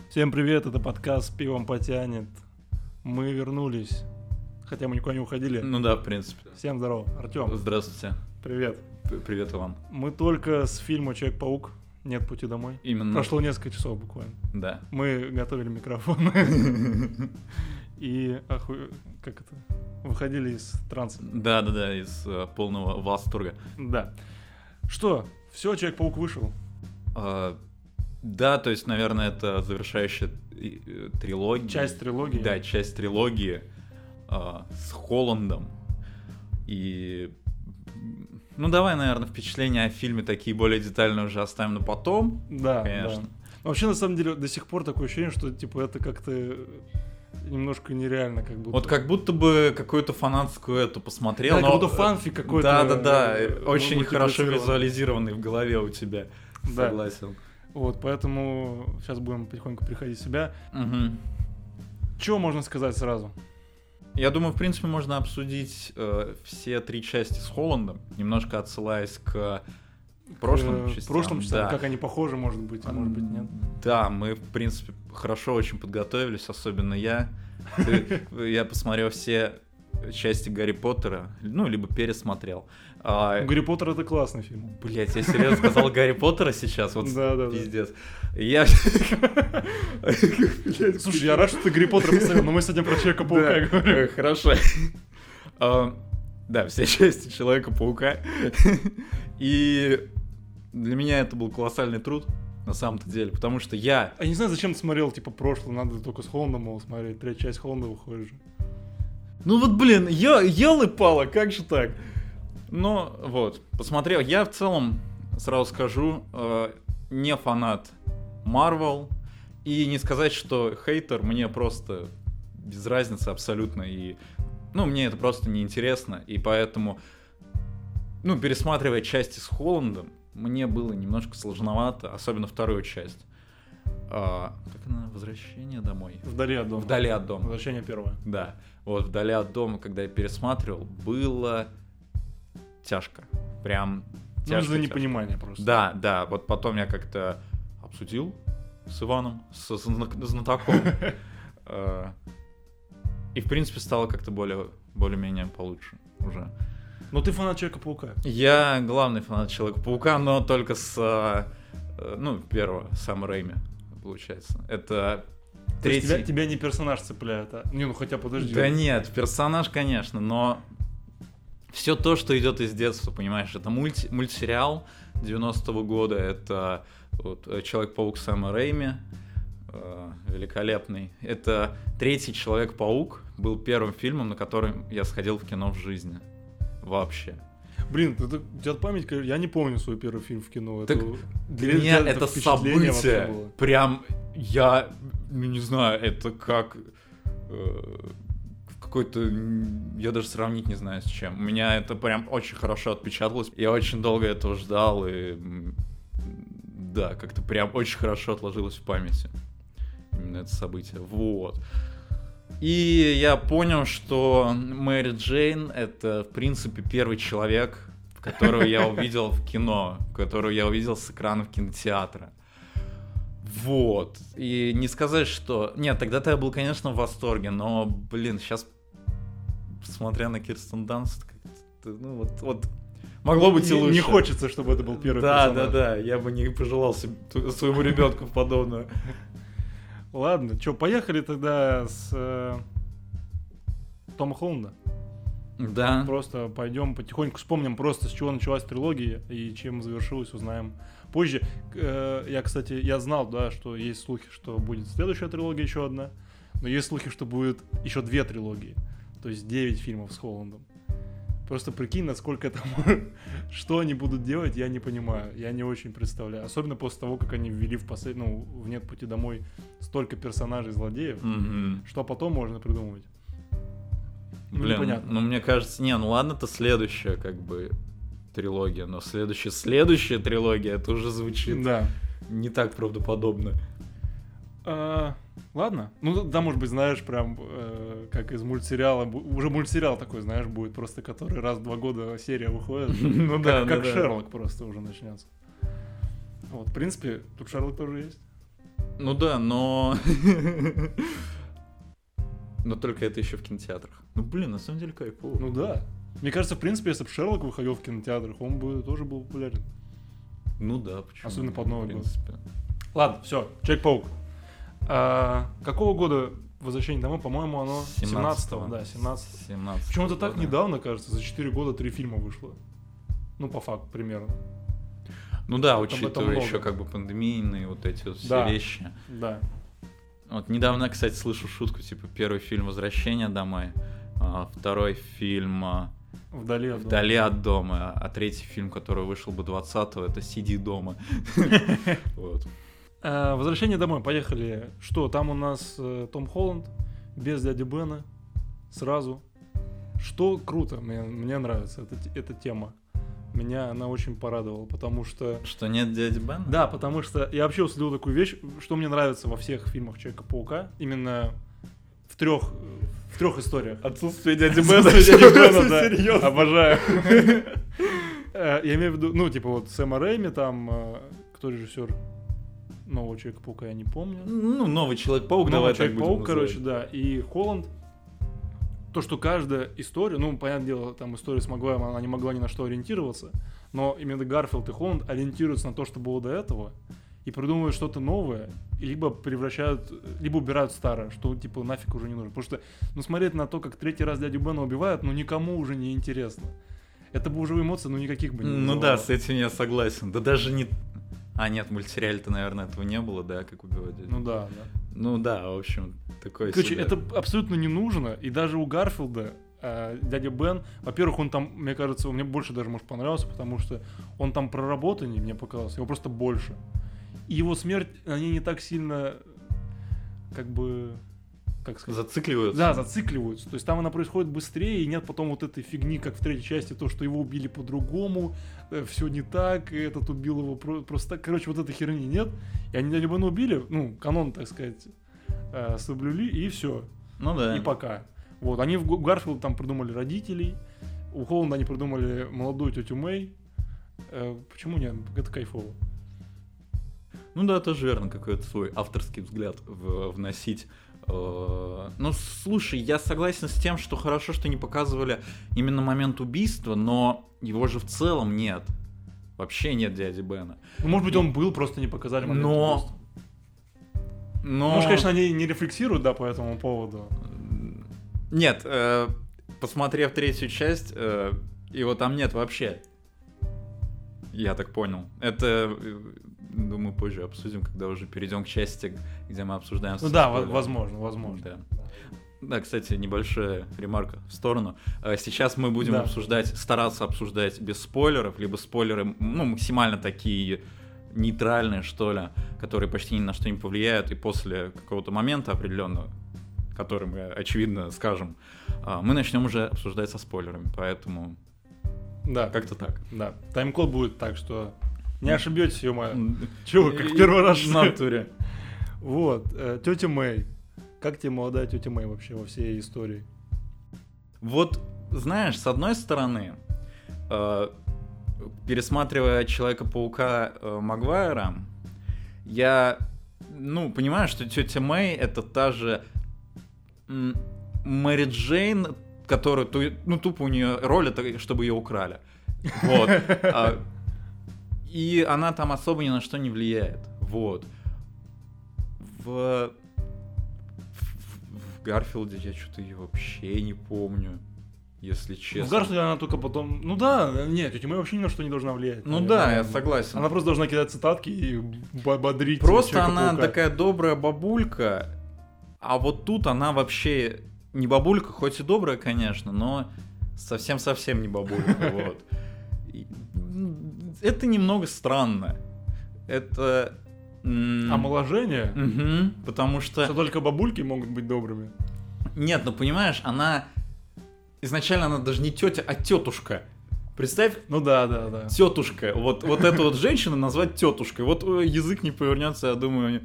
Всем привет, это подкаст «Пивом потянет». Мы вернулись, хотя мы никуда не уходили. Ну да, в принципе. Всем здорово, Артём. Здравствуйте. Привет. Привет вам. Мы только с фильма «Человек-паук. Нет пути домой». Именно. Прошло несколько часов буквально. Да. Мы готовили микрофон и выходили из транса. Да, из полного восторга. Да. Что, все, «Человек-паук» вышел? Да, то есть, наверное, это завершающая трилогия. Часть трилогии. Да, часть трилогии с Холландом. И... Ну, давай, наверное, впечатления о фильме такие более детальные уже оставим на потом. Да, конечно. Да. Вообще, на самом деле, до сих пор такое ощущение, что, типа, это как-то немножко нереально, как будто. Вот как будто бы какую-то фанатскую эту посмотрел. Да, но... как будто фанфик какой-то. Да, очень хорошо визуализированный в голове у тебя. Да. Согласен. Вот, поэтому сейчас будем потихоньку приходить в себя. Угу. Чего можно сказать сразу? Я думаю, в принципе, можно обсудить все три части с Холландом, немножко отсылаясь к прошлым частям. Да. Как они похожи, может быть, а может быть нет. Да, мы, в принципе, хорошо очень подготовились, особенно я. Я посмотрел все части Гарри Поттера, ну, либо пересмотрел. Гарри Поттер — это классный фильм. Блять, я серьезно сказал Гарри Поттера сейчас? Вот да. Пиздец. Слушай, я рад, что ты Гарри Поттера посмотрел, но мы сегодня про Человека-паука говорим. Хорошо. Да, все части Человека-паука. И для меня это был колоссальный труд, на самом-то деле, потому что я... А не знаю, зачем ты смотрел, типа, прошлый, надо только с Холландом его смотреть, третья часть Холланда выходит же. Ну вот, блин, ёлы-палы, как же так? Ну, вот, посмотрел. Я в целом, сразу скажу, не фанат Marvel. И не сказать, что хейтер, мне просто без разницы абсолютно. И, ну, мне это просто неинтересно. И поэтому, ну, пересматривая части с Холландом, мне было немножко сложновато, особенно вторую часть. Как она? «Возвращение домой». «Вдали от дома». «Вдали от дома». «Возвращение первое». Да. Вот «Вдали от дома», когда я пересматривал, было тяжко. Прям тяжко. Ну, из-за непонимания просто. Да. Вот потом я как-то обсудил с Иваном, с знатоком. И, в принципе, стало как-то более-менее получше уже. Но ты фанат Человека-паука. Я главный фанат Человека-паука, но только с, первого, Сэма Рэйми, получается. Это третий... То есть тебя не персонаж цепляет, а? Не, ну хотя подожди. Да нет, персонаж, конечно, но все то, что идет из детства, понимаешь, это мультсериал 90-го года, это вот, Человек-паук Сэма Рэйми, великолепный. Это третий Человек-паук, был первым фильмом, на котором я сходил в кино в жизни. Вообще. Блин, у тебя память, я не помню свой первый фильм в кино. Так для меня это событие, прям, я не знаю, это как какой-то, я даже сравнить не знаю с чем. У меня это прям очень хорошо отпечаталось. Я очень долго этого ждал, и да, как-то прям очень хорошо отложилось в памяти. Именно это событие. Вот. И я понял, что Мэри Джейн — это, в принципе, первый человек, которого я увидел в кино, которого я увидел с экранов кинотеатра. Вот. И не сказать, что... Нет, тогда-то я был, конечно, в восторге, но, блин, сейчас, смотря на Кирстен Данст, ну вот могло быть и лучше. Не хочется, чтобы это был первый персонаж. Да, я бы не пожелал своему ребенку подобного. Ладно, что, поехали тогда с Тома Холланда. Да. Просто пойдем потихоньку вспомним просто, с чего началась трилогия и чем завершилась, узнаем позже. Я знал, да, что есть слухи, что будет следующая трилогия еще одна, но есть слухи, что будет еще 2 трилогии, то есть 9 фильмов с Холландом. Просто прикинь, насколько это... Что они будут делать, я не понимаю. Я не очень представляю. Особенно после того, как они ввели в «Нет пути домой» столько персонажей-злодеев. Mm-hmm. Что потом можно придумывать? Блин, непонятно. Ну мне кажется, ладно, это следующая как бы трилогия, но следующая трилогия, это уже звучит не так правдоподобно. Ладно. Ну, да, может быть, знаешь, прям как из мультсериала. Уже мультсериал такой, знаешь, будет просто, который раз в 2 года серия выходит. Ну да, как Шерлок просто уже начнется. Вот, в принципе, тут Шерлок тоже есть. Ну да, но... Но только это еще в кинотеатрах. Ну блин, на самом деле кайфово. Ну да. Мне кажется, в принципе, если бы Шерлок выходил в кинотеатрах, он бы тоже был популярен. Ну да, почему? Особенно под Новый год. Ладно, все, Человек-паук. Какого года «Возвращение домой»? По-моему, оно 17-го. Да, 17-го. Почему-то так недавно, кажется, за 4 года 3 фильма вышло. Ну, по факту, примерно. Ну да, учитывая еще как бы пандемийные вот эти вот все вещи. Да. Вот недавно, кстати, слышу шутку, типа, первый фильм «Возвращение домой», второй фильм «Вдали от дома», а третий фильм, который вышел бы 20-го, это «Сиди дома». «Возвращение домой», поехали. Что, там у нас Том Холланд, без дяди Бена, сразу. Что круто, мне нравится эта тема. Меня она очень порадовала, потому что... Что нет дяди Бена? Да, потому что я вообще уследил такую вещь, что мне нравится во всех фильмах Человека-паука, именно в трех историях. Отсутствие дяди Бена, да. Серьезно. Обожаю. Я имею в виду, ну, типа вот Сэма Рэйми, там, кто режиссер нового Человека-паука, я не помню. Ну, новый Человек-паук, давай так будем Человек-паук, короче, да, и Холланд. То, что каждая история, ну, понятное дело, там история с Магуайром, она не могла ни на что ориентироваться, но именно Гарфилд и Холланд ориентируются на то, что было до этого, и придумывают что-то новое, и либо превращают, либо убирают старое, что, типа, нафиг уже не нужно. Потому что, ну, смотреть на то, как третий раз дядю Бена убивают, ну, никому уже не интересно. Это бы уже эмоций, ну, никаких бы не было. Ну да, с этим я согласен. Да даже не... А, нет, в мультсериале-то, наверное, этого не было, да, как убивать дядю. Ну да. Ну да, в общем, такое Короче, себе. это абсолютно не нужно, и даже у Гарфилда дядя Бен, во-первых, он там, мне кажется, он мне больше даже, может, понравился, потому что он там проработаннее, мне показалось, его просто больше. И его смерть, они не так сильно, как бы, как сказать... Зацикливаются. Да, зацикливаются. То есть там она происходит быстрее, и нет потом вот этой фигни, как в третьей части, то, что его убили по-другому, все не так, и этот убил его просто так. Короче, вот этой херни нет. И они дядю Бена убили, ну, канон, так сказать, соблюли, и все. Ну да. И пока. Вот, они в Гарфилде там придумали родителей, у Холланда они придумали молодую тетю Мэй. Почему нет? Это кайфово. Ну да, тоже верно, какой-то свой авторский взгляд вносить. Ну, слушай, я согласен с тем, что хорошо, что не показывали именно момент убийства, но его же в целом нет. Вообще нет дяди Бена. Ну, может быть, он был, просто не показали момент убийства. Может, конечно, они не рефлексируют, да, по этому поводу. Нет, посмотрев третью часть, его там нет вообще. Я так понял. Это, думаю, позже обсудим, когда уже перейдем к части, где мы обсуждаем... Ну да, возможно. Да. Да, кстати, небольшая ремарка в сторону. Сейчас мы будем стараться обсуждать без спойлеров, либо спойлеры, ну, максимально такие нейтральные, что ли, которые почти ни на что не повлияют, и после какого-то момента определенного, который мы, очевидно, скажем, мы начнем уже обсуждать со спойлерами, поэтому как-то так. Да, тайм-код будет так, что не ошибетесь, ё-моё. Чего, как первый раз в натуре. Вот, тетя Мэй. Как тебе молодая тетя Мэй вообще во всей истории? Вот, знаешь, с одной стороны, пересматривая Человека-паука Магуайра, я, понимаю, что тетя Мэй — это та же Мэри Джейн, которая, тупо у нее роль, это чтобы ее украли. Вот. И она там особо ни на что не влияет. Вот. В Гарфилде я что-то ее вообще не помню, если честно. В Гарфилде она только потом... Ну да, нет, тетя Мэй вообще ни на что не должна влиять. Ну да, я согласен. Она просто должна кидать цитатки и бодрить. Просто она такая добрая бабулька, а вот тут она вообще не бабулька, хоть и добрая, конечно, но совсем-совсем не бабулька, вот. Это немного странно. Это... Омоложение? Угу, потому что... Что только бабульки могут быть добрыми. Нет, понимаешь, она... Изначально она даже не тетя, а тетушка. Представь... Ну да. Тетушка. Вот эту вот женщину назвать тетушкой. Вот язык не повернется, я думаю...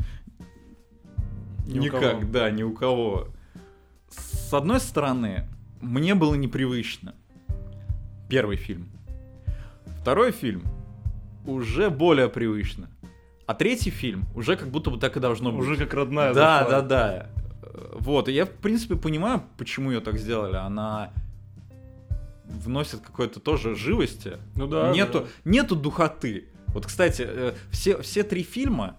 Никак, да, ни у кого. С одной стороны, мне было непривычно. Первый фильм. Второй фильм уже более привычно. А третий фильм уже как будто бы так и должно быть. Уже как родная зашла. Да. Вот, и я, в принципе, понимаю, почему ее так сделали. Она вносит какой-то тоже живости. Ну да. Нету духоты. Вот, кстати, все 3 фильма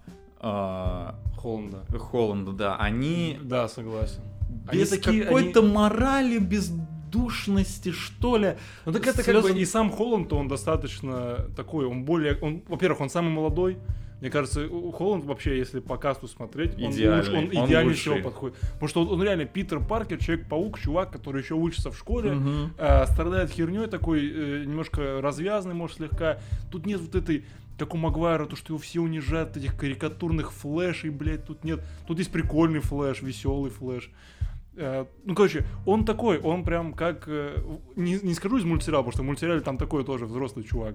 Холланда, да, они... Да, согласен. Без какой-то морали, бездушности, что ли. Ну так это как бы и сам Холланд, он достаточно такой, во-первых, он самый молодой. Мне кажется, Холланд вообще, если по касту смотреть, он идеально всего подходит. Потому что он реально Питер Паркер, Человек-паук, чувак, который еще учится в школе, страдает херней такой, немножко развязанный, может, слегка. Тут нет вот этой, как у Магуайра, то, что его все унижают, этих карикатурных флешей, блядь, тут нет. Тут есть прикольный флэш, веселый флэш. Ну, короче, он такой, он прям как... Не скажу из мультсериала, потому что в мультсериале там такой тоже взрослый чувак.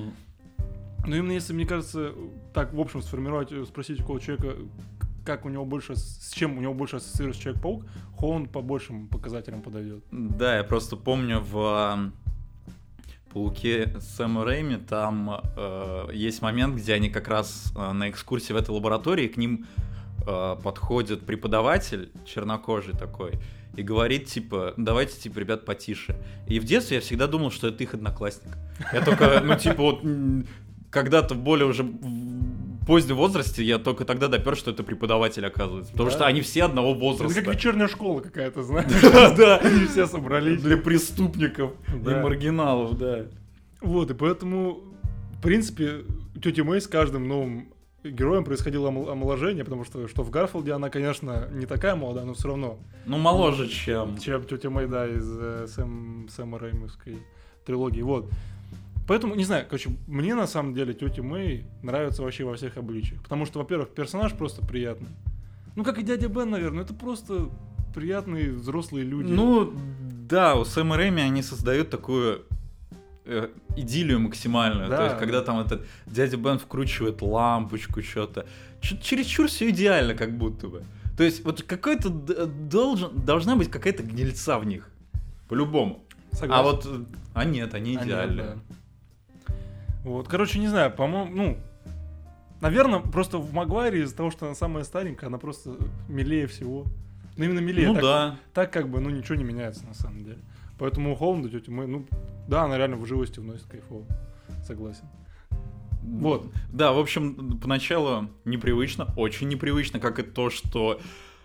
Но именно если, мне кажется, так, в общем, спросить у какого человека, как у него больше, с чем у него больше ассоциируется Человек-паук, Холланд по большим показателям подойдет. Да, я просто помню в Пауке Сэма Рэйми, там есть момент, где они как раз на экскурсии в этой лаборатории, к ним подходит преподаватель, чернокожий такой, и говорит, типа, давайте, типа, ребят, потише. И в детстве я всегда думал, что это их одноклассник. Я только, вот... Когда-то в более уже позднем возрасте я только тогда допер, что это преподаватель, оказывается. Потому что они все одного возраста. Это как вечерняя школа какая-то, знаешь. Да, они все собрались. Для преступников и маргиналов, да. Вот, и поэтому, в принципе, у тети Мэй с каждым новым героем происходило омоложение, потому что в Гарфилде она, конечно, не такая молодая, но все равно. Ну, моложе, чем тетя Мэй, да, из Сэма Рэймовской трилогии, вот. Поэтому, не знаю, короче, мне на самом деле тетя Мэй нравится вообще во всех обличиях. Потому что, во-первых, персонаж просто приятный. Ну, как и дядя Бен, наверное, это просто приятные взрослые люди. Ну, да, у Сэма Рэйми они создают такую идиллию максимальную. Да. То есть, когда там этот дядя Бен вкручивает лампочку, что-то чересчур все идеально, как будто бы. То есть, вот какой-то должна быть какая-то гнильца в них. По-любому. Согласен. Нет, они идеальные. Да. Вот, короче, не знаю, по-моему, наверное, просто в Магуайре из-за того, что она самая старенькая, она просто милее всего. Ну, именно милее. Ну, да. Так как бы, ничего не меняется на самом деле. Поэтому у Холланда тетя Мэй, да, она реально в живости вносит кайфово. Согласен. Вот. Да, в общем, поначалу непривычно, очень непривычно, как и то, что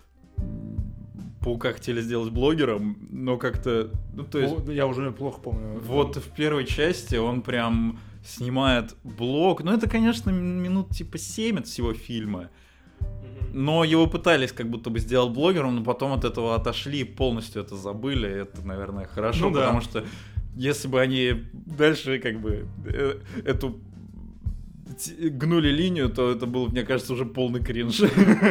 Паука хотели сделать блогером, но как-то... то есть, я уже плохо помню. Вот в первой части он прям снимает блог. Ну, это, конечно, минут типа 7 от всего фильма. Но его пытались как будто бы сделать блогером, но потом от этого отошли и полностью это забыли. Это, наверное, хорошо, потому что если бы они дальше как бы эту гнули линию, то это был, мне кажется, уже полный кринж.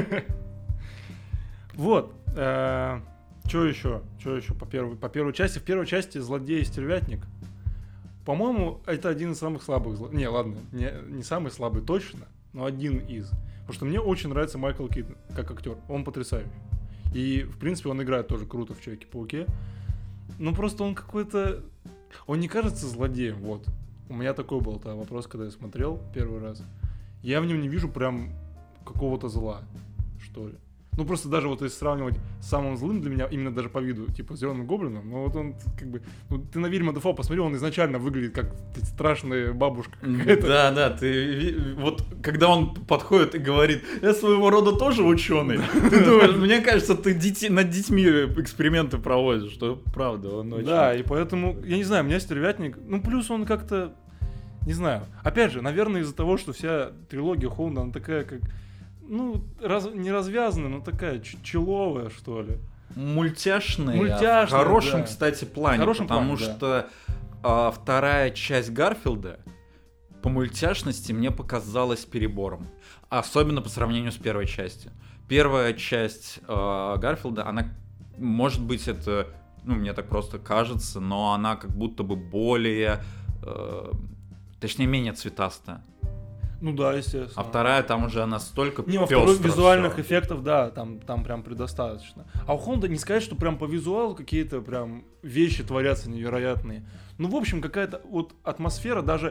Вот. Что еще по первой части? В первой части злодей стервятник. По-моему, это один из самых слабых злодеев. Не, ладно, не самый слабый точно, но один из. Потому что мне очень нравится Майкл Китон как актер. Он потрясающий. И, в принципе, он играет тоже круто в Человеке-пауке. Но просто он какой-то... Он не кажется злодеем, вот. У меня такой был вопрос, когда я смотрел первый раз. Я в нем не вижу прям какого-то зла, что ли. Ну, просто даже вот если сравнивать с самым злым для меня, именно даже по виду, типа, Зеленым Гоблином, ну, вот он, как бы, ты на Вильяма Дефо посмотри, он изначально выглядит как страшная бабушка какая-то. Да, ты, вот, когда он подходит и говорит, я своего рода тоже ученый, ты думаешь, мне кажется, ты над детьми эксперименты проводишь, что правда, он очень... Да, и поэтому, я не знаю, у меня стервятник, плюс он как-то, не знаю, опять же, наверное, из-за того, что вся трилогия Холланда, она такая, как... не развязанная, но такая человая, что ли. Мультяшная, в хорошем, кстати, плане. Потому что вторая часть Гарфилда по мультяшности мне показалась перебором. Особенно по сравнению с первой частью. Первая часть Гарфилда, она, может быть, это, мне так просто кажется, но она как будто бы более, точнее, менее цветастая. Ну да, естественно. А вторая там уже настолько пестро. Во-вторых, визуальных эффектов, да, там прям предостаточно. А у Холланда не сказать, что прям по визуалу какие-то прям вещи творятся невероятные. В общем, какая-то вот атмосфера, даже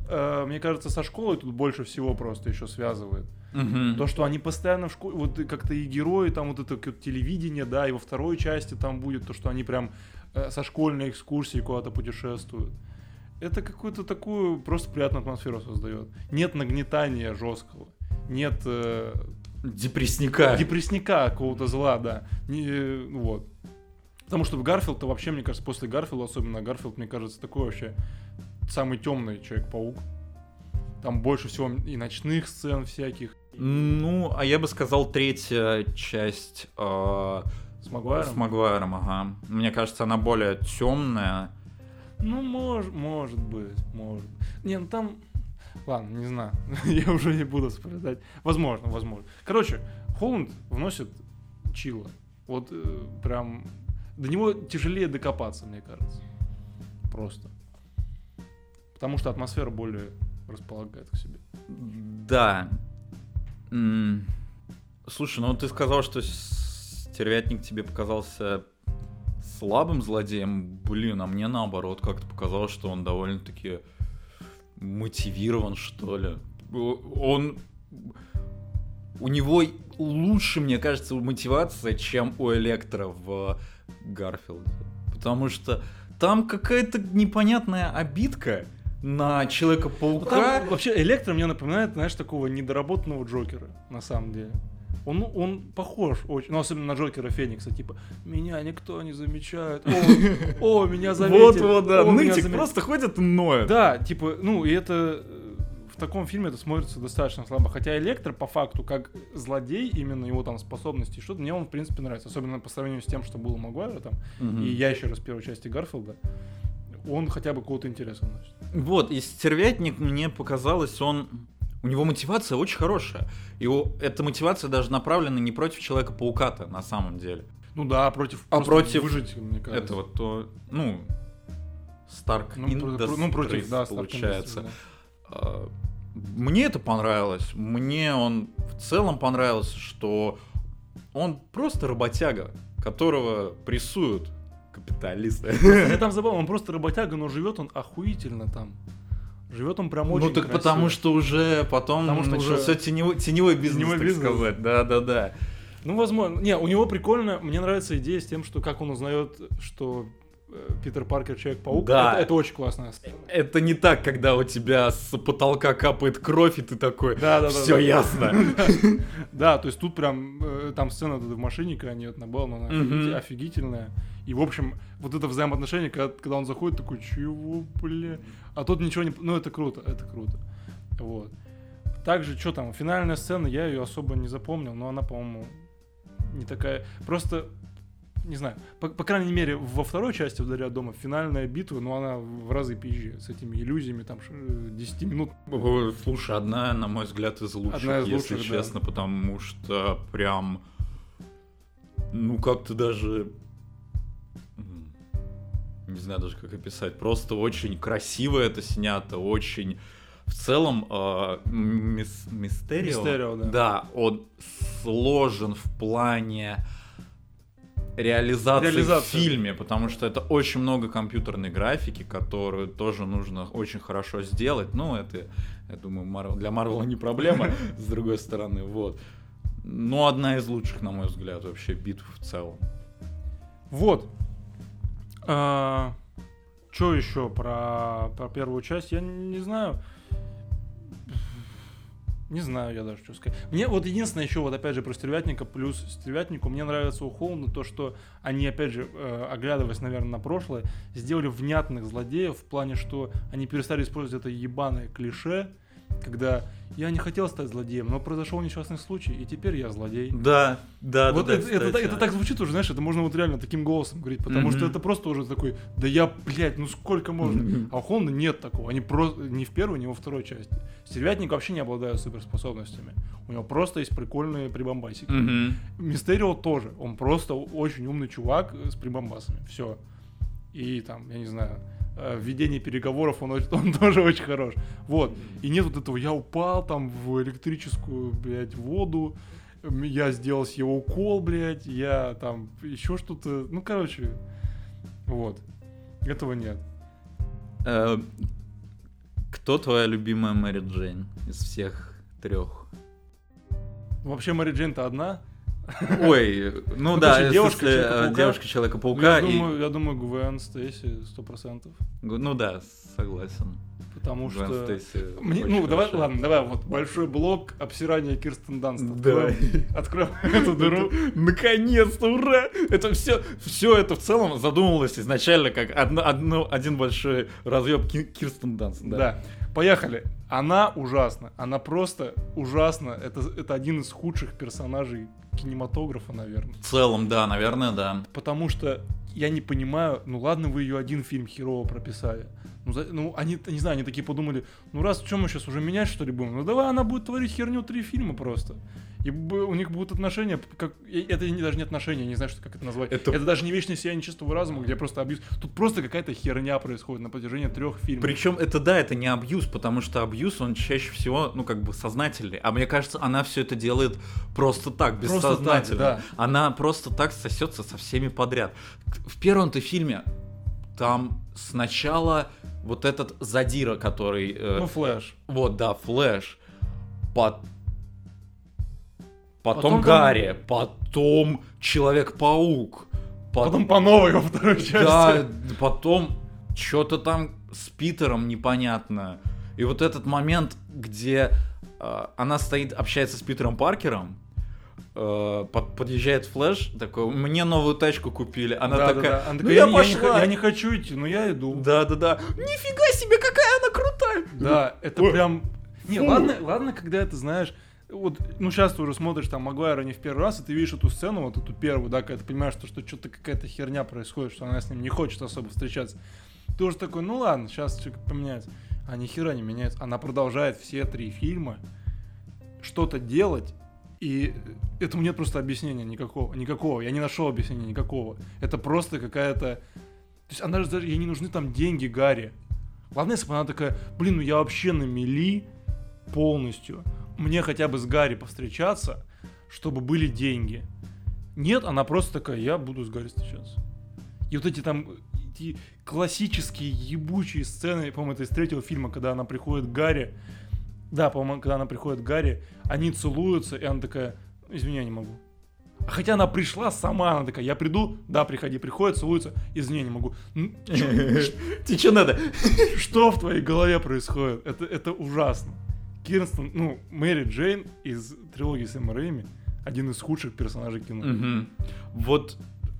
мне кажется, со школой тут больше всего просто еще связывает. Мгм. То, что они постоянно в школе, вот и как-то и герои, там вот это как телевидение, да, и во второй части там будет то, что они прям со школьной экскурсии куда-то путешествуют. Это какую-то такую просто приятную атмосферу создает. Нет нагнетания жесткого, нет Депрессника. депрессника какого-то зла, да. Вот. Потому что в Гарфилд-то вообще, мне кажется, после Гарфилда, особенно Гарфилд, мне кажется, такой вообще самый темный Человек-паук. Там больше всего и ночных сцен всяких. Ну, а я бы сказал, третья часть С Магуайром? с Магуайром, ага. Мне кажется, она более темная. Ну, может быть. Не, ну там... Ладно, не знаю. Я уже не буду вспоминать. Возможно. Короче, Холланд вносит чилла. Вот прям... До него тяжелее докопаться, мне кажется. Просто. Потому что атмосфера более располагает к себе. Да. Слушай, ну ты сказал, что Стервятник тебе показался слабым злодеем. Блин, а мне наоборот как-то показалось, что он довольно-таки мотивирован, что ли. У него лучше, мне кажется, мотивация, чем у Электро в Гарфилде. Потому что там какая-то непонятная обидка на Человека-паука. Там вообще Электро мне напоминает, знаешь, такого недоработанного Джокера, на самом деле. Он похож очень, ну, особенно на Джокера Феникса, типа, меня никто не замечает, о, меня заметили. Вот, да, о, меня нытик заметили». просто ходит и ноет. Да, типа, ну, и это в таком фильме это смотрится достаточно слабо. Хотя Электро, по факту, как злодей, именно его там способности, что-то, мне он, в принципе, нравится. Особенно по сравнению с тем, что было у Магуайра там, и я еще раз в первой части Гарфилда. Он хотя бы какого-то интереса вносит. Вот, и Стервятник, мне показалось, у него мотивация очень хорошая. И эта мотивация даже направлена не против Человека-паука-то, на самом деле. Ну да, против выжить, мне кажется. Это вот то, ну, Stark Industries, против, да, получается. Stark Industries, да. Мне это понравилось. Мне он в целом понравился, что он просто работяга, которого прессуют капиталисты. Я там забыл, он просто работяга, но живет он охуительно там. Живет он прям очень Ну так красиво. потому что уже потом начался теневой бизнес, так сказать. Да. Ну, возможно. Не, у него прикольно. Мне нравится идея с тем, что как он узнает, что Питер Паркер Человек-паук. Да. Это очень классная сцена. Это не так, когда у тебя с потолка капает кровь, и ты такой, все ясно. Да, то есть тут прям там сцена в машине, когда они на Белл, она офигительная. И, в общем, вот это взаимоотношение, когда он заходит, такой, чего, бля? А тут ничего не... Ну, это круто. Вот. Также, что там, финальная сцена, я ее особо не запомнил, но она, по-моему, не такая... Просто, не знаю, по крайней мере, во второй части «Вдали от дома» финальная битва, но она в разы пизже, с этими иллюзиями, там, 10 минут. Слушай, одна, на мой взгляд, из лучших, если честно, да. Потому что прям, ну, как-то даже... Не знаю даже, как описать. Просто очень красиво это снято, очень... В целом, Мистерио, да. Да, он сложен в плане реализации в фильме, потому что это очень много компьютерной графики, которую тоже нужно очень хорошо сделать. Ну, это, я думаю, для Марвела не проблема, с другой стороны, вот. Но одна из лучших, на мой взгляд, вообще битв в целом. Вот. Что еще про первую часть? Я не знаю. Не знаю я даже, что сказать. Мне вот единственное еще, вот опять же, про Стервятника, плюс Стервятнику, мне нравится у Холланда то, что они, опять же, оглядываясь, наверное, на прошлое, сделали внятных злодеев в плане, что они перестали использовать это ебаное клише, когда я не хотел стать злодеем, но произошел несчастный случай, и теперь я злодей. Да. Вот это так звучит уже, знаешь, это можно вот реально таким голосом говорить, потому что это просто уже такой, да я, блядь, ну сколько можно? А у Холланда нет такого, они просто ни в первой, ни во второй части. Стервятник вообще не обладает суперспособностями, у него просто есть прикольные прибамбасики. Мистерио тоже, он просто очень умный чувак с прибамбасами, все. И там, я не знаю... в ведении переговоров он тоже очень хорош. Вот. И нет вот этого, я упал там в электрическую, блядь, воду, я сделал себе укол, блядь, я там еще что-то, ну, короче, вот. Этого нет. Кто твоя любимая Мэри Джейн из всех 3? Вообще Мэри Джейн-то одна. Ой, ну Ну, да, короче, девушка девушка Человека-паука. Я думаю, Гвен Стейси 100%. Ну да, согласен. Потому Гвен что... Стейси Мне, очень ну, давай, хороша. ладно, давай, вот большой блок обсирания Кирстен Данст. Давай. Откроем эту дыру. Наконец-то, ура! Это все это в целом задумывалось изначально как один большой разъеб Кирстен Данст. Да. Поехали. Она ужасна. Она просто ужасна. Это один из худших персонажей кинематографа, наверное. В целом, да, наверное, да. Потому что я не понимаю, ну ладно, вы ее один фильм херово прописали. Ну, они, не знаю, они такие подумали, ну раз, что мы сейчас уже менять, что ли, будем? Ну давай она будет творить херню 3 фильма просто. И у них будут отношения, это даже не отношения, я не знаю, как это назвать. Это даже не вечное сияние чистого разума, где просто абьюз. Тут просто какая-то херня происходит на протяжении 3 фильмов. Причем это не абьюз, потому что абьюз, он чаще всего, ну, как бы сознательный. А мне кажется, она все это делает просто так, бессознательно. Просто так, да. Она просто так сосется со всеми подряд. В первом-то фильме там сначала вот этот задира, который... Ну, Флэш. Вот, да, Флэш. Потом Потом Гарри, потом Человек-паук. Потом по новой во второй части. Да, потом что-то там с Питером непонятно. И вот этот момент, где она стоит, общается с Питером Паркером, подъезжает Флэш, такой, мне новую тачку купили. Она такая, Она ну такая, я пошла. Я не хочу идти, но я иду. Да-да-да. Нифига себе, какая она крутая. Да, это прям... Не, ладно, когда это знаешь... Вот, ну сейчас ты уже смотришь там Магуайра не в первый раз, и ты видишь эту сцену, вот эту первую, да, когда ты понимаешь, что что-то какая-то херня происходит, что она с ним не хочет особо встречаться. Ты уже такой, ну ладно, сейчас что-то поменяется. А ни хера не меняется. Она продолжает все 3 фильма что-то делать, и этому нет просто объяснения никакого. Я не нашел объяснения никакого. Это просто какая-то... То есть она же даже, ей не нужны там деньги Гарри. Главное, если бы она такая, блин, ну я вообще на мели полностью. Мне хотя бы с Гарри повстречаться, чтобы были деньги. Нет, она просто такая, я буду с Гарри встречаться. И вот эти там эти классические ебучие сцены, по-моему, это из 3-го фильма, когда она приходит к Гарри. Да, по-моему, когда она приходит к Гарри, они целуются, и она такая, извини, я не могу. Хотя она пришла сама, она такая, я приду, да, приходи, приходит, целуется, извини, я не могу. Тебе что надо? Что в твоей голове происходит? Это ужасно. Кирстен, ну, Мэри Джейн из трилогии Сэма Рэйми один из худших персонажей кино. Вот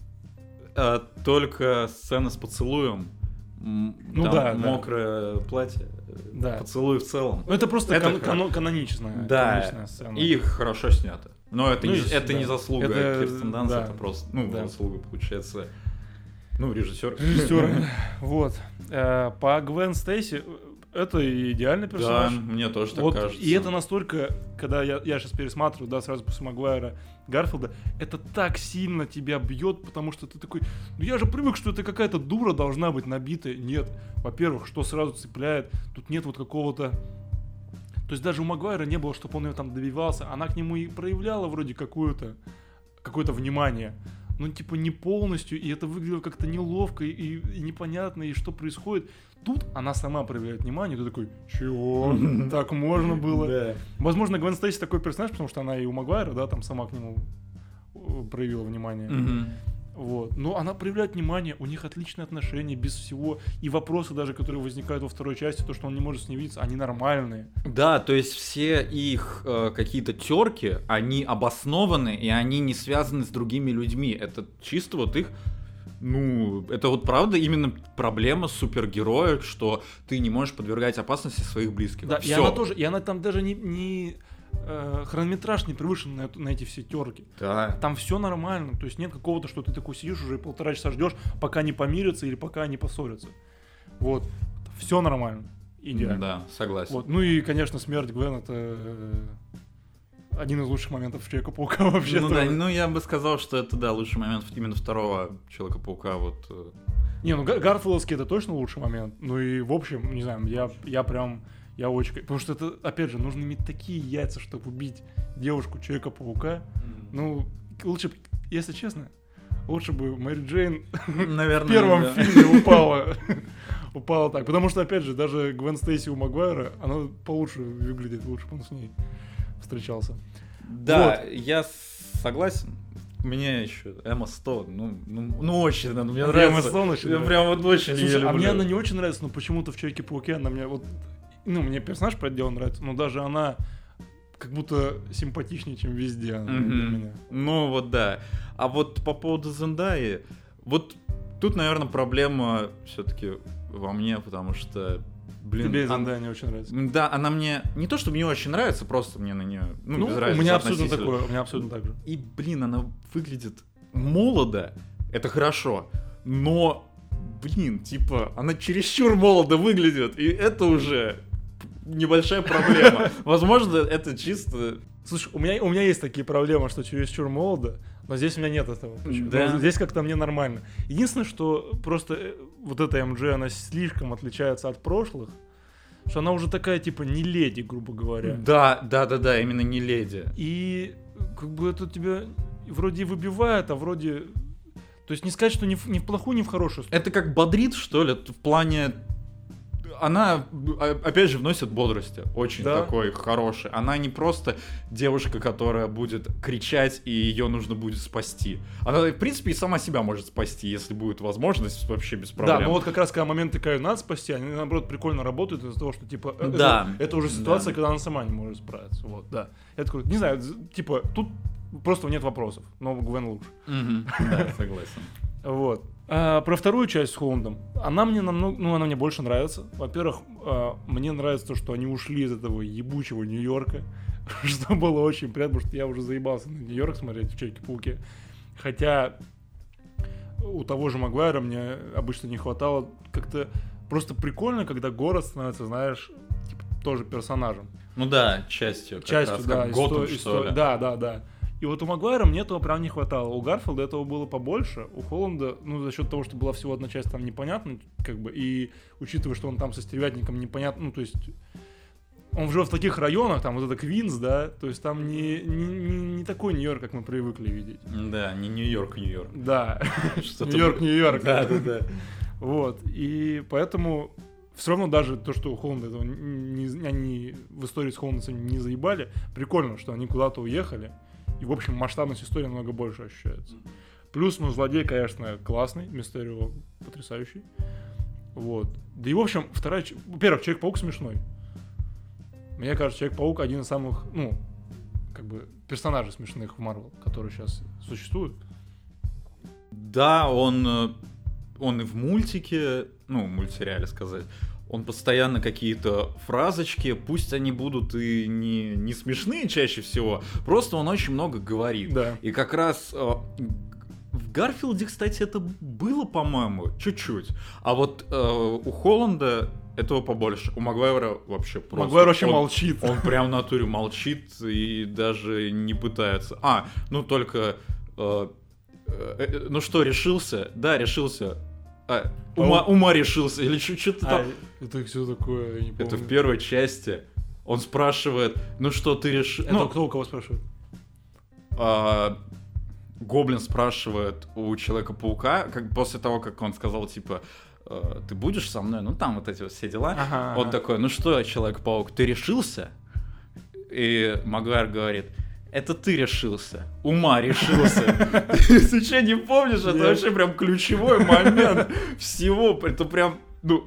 только сцена с поцелуем, Ну там да, мокрое платье, Да. поцелуй в целом. Ну это просто Это каноничная Да, сцена. и хорошо снято. Но это, Ну, это не да. заслуга Это- Кирстен Данст, да. это просто, ну, Да. заслуга, получается, ну, режиссера. Режиссер. Вот. По Гвен Стейси это идеальный Да, персонаж. мне тоже так Вот, кажется. и это настолько, когда я сейчас пересматриваю, да, сразу после Магуайра, Гарфилда, это так сильно тебя бьет, потому что ты такой, ну я же привык, что это какая-то дура должна быть набитая. Нет. Во-первых, что сразу цепляет, тут нет вот какого-то... То есть даже у Магуайра не было, чтобы он ее там добивался, она к нему и проявляла вроде какое-то внимание. Ну, типа, не полностью, и это выглядело как-то неловко и непонятно, и что происходит. Тут она сама проявляет внимание, и ты такой, чего? Так можно было? Да. Возможно, Гвен Стейси такой персонаж, потому что она и у Магуайра, да, там сама к нему проявила внимание. Мгм. Вот. Но она проявляет внимание, у них отличные отношения, без всего. И вопросы даже, которые возникают во второй части, то, что он не может с ней видеться, они нормальные. Да, то есть все их какие-то терки, они обоснованы, и они не связаны с другими людьми. Это чисто вот их, ну, это вот правда именно проблема супергероя, что ты не можешь подвергать опасности своих близких. Да, и Всё. она тоже, и она там даже не хронометраж не превышен на эти все терки. Да. Там все нормально, то есть нет какого-то, что ты такой сидишь уже 1,5 часа ждешь, пока не помирятся или пока не поссорятся. Вот, все нормально, идеально. Да, согласен. Вот. Ну и, конечно, смерть Гвен это один из лучших моментов Человека-паука вообще. Ну, да, ну я бы сказал, что это, да, лучший момент именно второго Человека-паука. Вот. Не, ну Гарфилдский это точно лучший момент. Ну и в общем, не знаю, я очень... Потому что это, опять же, нужно иметь такие яйца, чтобы убить девушку Человека-паука. Ну, лучше, если честно, лучше бы Мэри Джейн Наверное, в первом да. фильме упала упало так. Потому что, опять же, даже Гвен Стейси у Магуайра, она получше выглядит, лучше бы он с ней встречался. Да, я согласен. Мне еще Эмма Стоун, ну очень, мне нравится. Эмма Стоун очень Я нравится. прям вот очень Слушай, её люблю. а мне она не очень нравится, но почему-то в Человеке-пауке она мне вот... Ну, мне персонаж по делу нравится, но даже она как будто симпатичнее, чем везде она для меня. Ну вот да. А вот по поводу Зендаи, вот тут, наверное, проблема все-таки во мне, потому что, блин... Тебе Зендая не очень нравится. Да, она мне... Не то, чтобы не очень нравится, просто мне на нее... Ну, без разницы у меня абсолютно относительно. такое, у меня абсолютно так же. И, блин, она выглядит молодо, это хорошо, но, блин, типа, она чересчур молодо выглядит, и это уже небольшая проблема. Возможно, это чисто... Слушай, у меня есть такие проблемы, что чересчур молодо, но здесь у меня нет этого. Да. Но здесь как-то мне нормально. Единственное, что просто вот эта МД, она слишком отличается от прошлых, что она уже такая, типа, не леди, грубо говоря. Да, именно не леди. И как бы это тебя вроде и выбивает, а вроде... То есть не сказать, что ни в плохую, ни в хорошую сторону. Это как бодрит, что ли, в плане... Она, опять же, вносит бодрости, очень такой хороший. Она не просто девушка, которая будет кричать, и ее нужно будет спасти. Она, в принципе, и сама себя может спасти, если будет возможность, вообще без проблем. Да, но вот как раз, когда моменты, когда надо спасти, они, наоборот, прикольно работают из-за того, что, типа, это уже ситуация, когда она сама не может справиться. Вот, да. Это круто. Не знаю, типа, тут просто нет вопросов, но Гвен лучше. Да, согласен. Вот. А про вторую часть с Холландом. Она мне намного, она мне больше нравится. Во-первых, мне нравится то, что они ушли из этого ебучего Нью-Йорка, что было очень приятно, потому что я уже заебался на Нью-Йорк смотреть в Человеке-пауке. Хотя у того же Магуайра мне обычно не хватало. Как-то просто прикольно, когда город становится, знаешь, типа, тоже персонажем. Ну да, частью, да, как Готэм, что ли. Да. И вот у Магуайра мне этого прям не хватало. У Гарфилда этого было побольше. У Холланда, за счет того, что была всего одна часть там непонятна, как бы, и учитывая, что он там со стервятником непонятно, то есть он живет в таких районах, там вот это Квинс, да, то есть там не такой Нью-Йорк, как мы привыкли видеть. Да, не Нью-Йорк. Да, Нью-Йорк. Да. Вот, и поэтому все равно даже то, что у Холланда этого они в истории с Холландом не заебали, прикольно, что они куда-то уехали. И, в общем, масштабность истории намного больше ощущается. Плюс, злодей, конечно, классный, Мистерио потрясающий. Вот. Да и, в общем, во-первых, Человек-паук смешной. Мне кажется, Человек-паук один из самых, персонажей смешных в Марвел, которые сейчас существуют. Да, он и в мультике, мультсериале сказать, он постоянно какие-то фразочки, пусть они будут и не смешные чаще всего, просто он очень много говорит. Да. И как раз в Гарфилде, кстати, это было, по-моему, чуть-чуть. А вот у Холланда этого побольше. У Магуайра вообще просто... Магуайр вообще молчит. Он прям в натуре молчит и даже не пытается. Только... что, решился? Да, решился. Ума решился, или что-то там. Это все такое, я не помню. Это в первой части. Он спрашивает, что ты решил... Это кто у кого спрашивает? Гоблин спрашивает у Человека-паука, после того, как он сказал, типа, ты будешь со мной? Там вот эти вот все дела. Он такой, что, Человек-паук, ты решился? И Магуайр говорит... Это ты решился. Ума решился. Ты что, не помнишь? Это вообще прям ключевой момент всего. Это прям,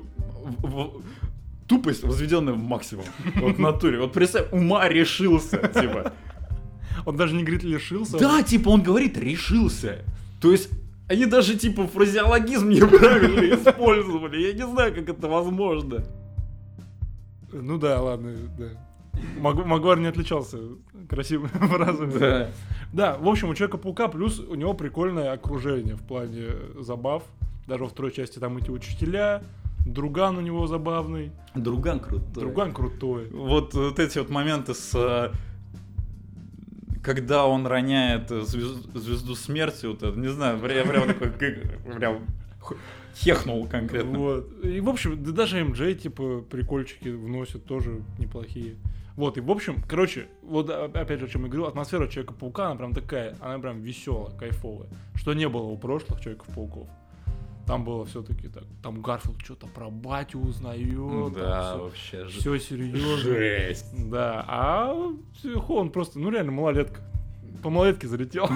тупость, возведенная в максимум. Вот в натуре. Вот представь, ума решился, типа. Он даже не говорит «лишился». Да, типа он говорит «решился». То есть они даже типа фразеологизм неправильно использовали. Я не знаю, как это возможно. Ну да, ладно, да. Магуайр не отличался красивыми фразами. Да, в общем, у Человека-паука плюс у него прикольное окружение в плане забав. Даже во второй части там эти учителя, друган у него забавный. Друган крутой. Вот эти вот моменты когда он роняет звезду смерти, вот это, не знаю, прям такой, прям хехнул конкретно. Вот. И, в общем, да даже МД, типа, прикольчики вносят тоже неплохие. Вот, и, в общем, вот опять же, о чем я говорил, атмосфера Человека-паука, она прям такая, она прям веселая, кайфовая, что не было у прошлых Человеков-пауков. Там было все-таки так. Там Гарфилд что-то про батю узнает. Да, вообще все серьезно. жесть. Да, а Холланд просто, ну реально малолетка. По малолетке залетел.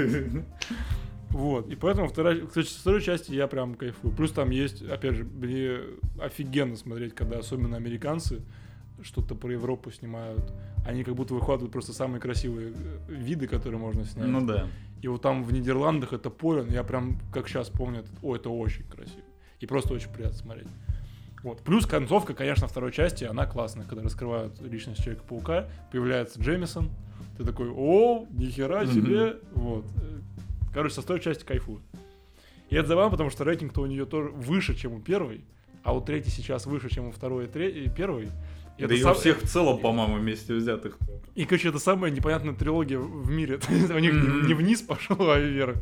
Вот, и поэтому кстати, со второй части я прям кайфую. Плюс там есть, опять же, мне офигенно смотреть, когда особенно американцы что-то про Европу снимают. Они как будто выкладывают просто самые красивые виды, которые можно снять. Ну да. И вот там в Нидерландах это поле, я прям как сейчас помню, это очень красиво. И просто очень приятно смотреть. Вот. Плюс концовка, конечно, второй части, она классная, когда раскрывают личность Человека-паука, появляется Джеймисон, ты такой, о, нихера себе, вот. Короче, со второй части кайфую. И это забавно, потому что рейтинг-то у нее тоже выше, чем у первой, а у третьей сейчас выше, чем у второй и первой. Да и у всех в целом, по-моему, вместе взятых. И, короче, это самая непонятная трилогия в мире. У них не вниз пошел, а вверх.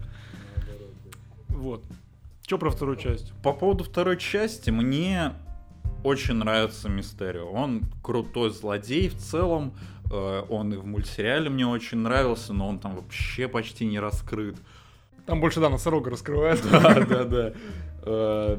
Вот. Что про вторую часть? По поводу второй части, мне очень нравится Мистерио. Он крутой злодей в целом. Он и в мультсериале мне очень нравился, но он там вообще почти не раскрыт. Там больше, да, носорога раскрывает. Да.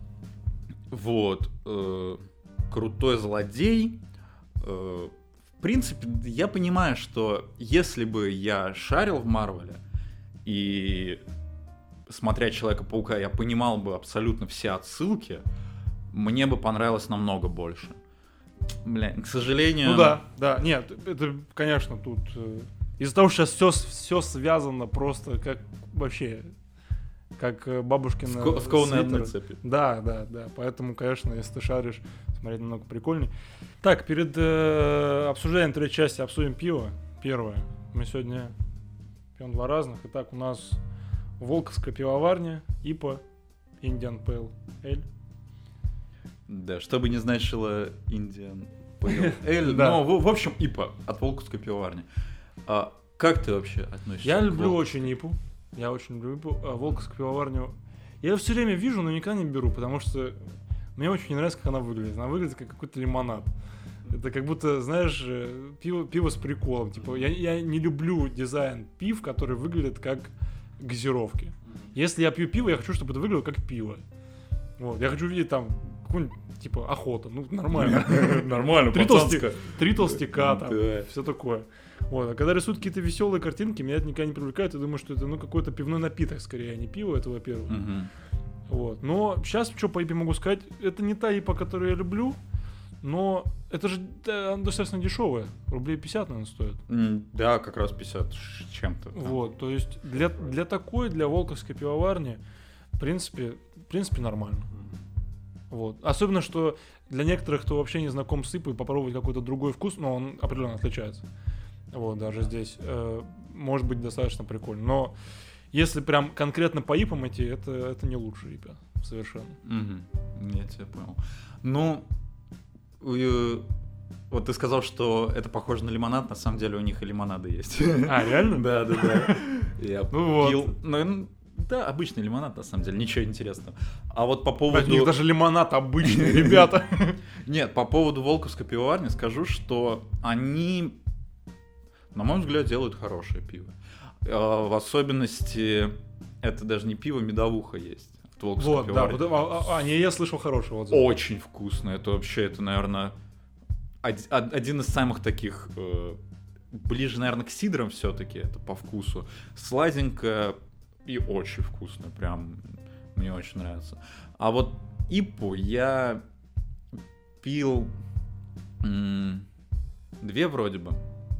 Вот. Крутой злодей. В принципе, я понимаю, что если бы я шарил в Марвеле и, смотря Человека-паука, я понимал бы абсолютно все отсылки, мне бы понравилось намного больше. Блин, к сожалению... Ну да, нет, это, конечно, тут... Из-за того, что сейчас все связано просто как вообще... Как бабушкина... Скованные одной цепи. Да, поэтому, конечно, если ты шаришь, смотреть намного прикольней. Так, перед обсуждением третьей части обсудим пиво. Первое. Мы сегодня пьем два разных. Итак, у нас Волковская пивоварня, ИПА, Indian Pale Ale. Да, что бы ни значило Indian Pale Ale, но, в общем, ИПА от Волковской пивоварни. Как ты вообще относишься? Я люблю очень ИПу. Я очень люблю ИПу. Волковскую пивоварню я все время вижу, но никогда не беру, потому что мне очень не нравится, как она выглядит. Она выглядит как какой-то лимонад. Это как будто, знаешь, пиво с приколом. Типа, я не люблю дизайн пив, который выглядит как газировки. Если я пью пиво, я хочу, чтобы это выглядело как пиво. Вот. Я хочу видеть там какую-нибудь, типа, охота. Ну, нормально. Нормально, Три толстяка там, все такое. Вот. А когда рисуют какие-то веселые картинки, меня это никогда не привлекает. Я думаю, что это какой-то пивной напиток, скорее, а не пиво, это во-первых. Вот. Но сейчас, что по ИПе могу сказать, это не та ИПа, которую я люблю, но это же достаточно дешевая. Рублей 50, наверное, стоит. Да, как раз 50 с чем-то. Вот, то есть для Волковской пивоварни, в принципе нормально. Вот. Особенно, что для некоторых, кто вообще не знаком с ИПой, попробовать какой-то другой вкус, но он определенно отличается. Вот, даже здесь может быть достаточно прикольно. Но если прям конкретно по ИПам идти, это не лучшая ИПа. Совершенно. Я тебя понял. Ну, вот ты сказал, что это похоже на лимонад, на самом деле у них и лимонады есть. А, реально? Да. Я пил. Ну, да, обычный лимонад, на самом деле, ничего интересного. А вот по поводу... У них даже лимонад обычный, ребята. Нет, по поводу Волковской пивоварни скажу, что они, на мой взгляд, делают хорошее пиво. В особенности, это даже не пиво, медовуха есть. Вот, да, я слышал хороший отзыв. Очень вкусно. Это вообще, наверное, один из самых таких, ближе, наверное, к сидрам все-таки, это по вкусу. Сладенько и очень вкусно. Прям мне очень нравится. А вот ИПу я пил 2 вроде бы.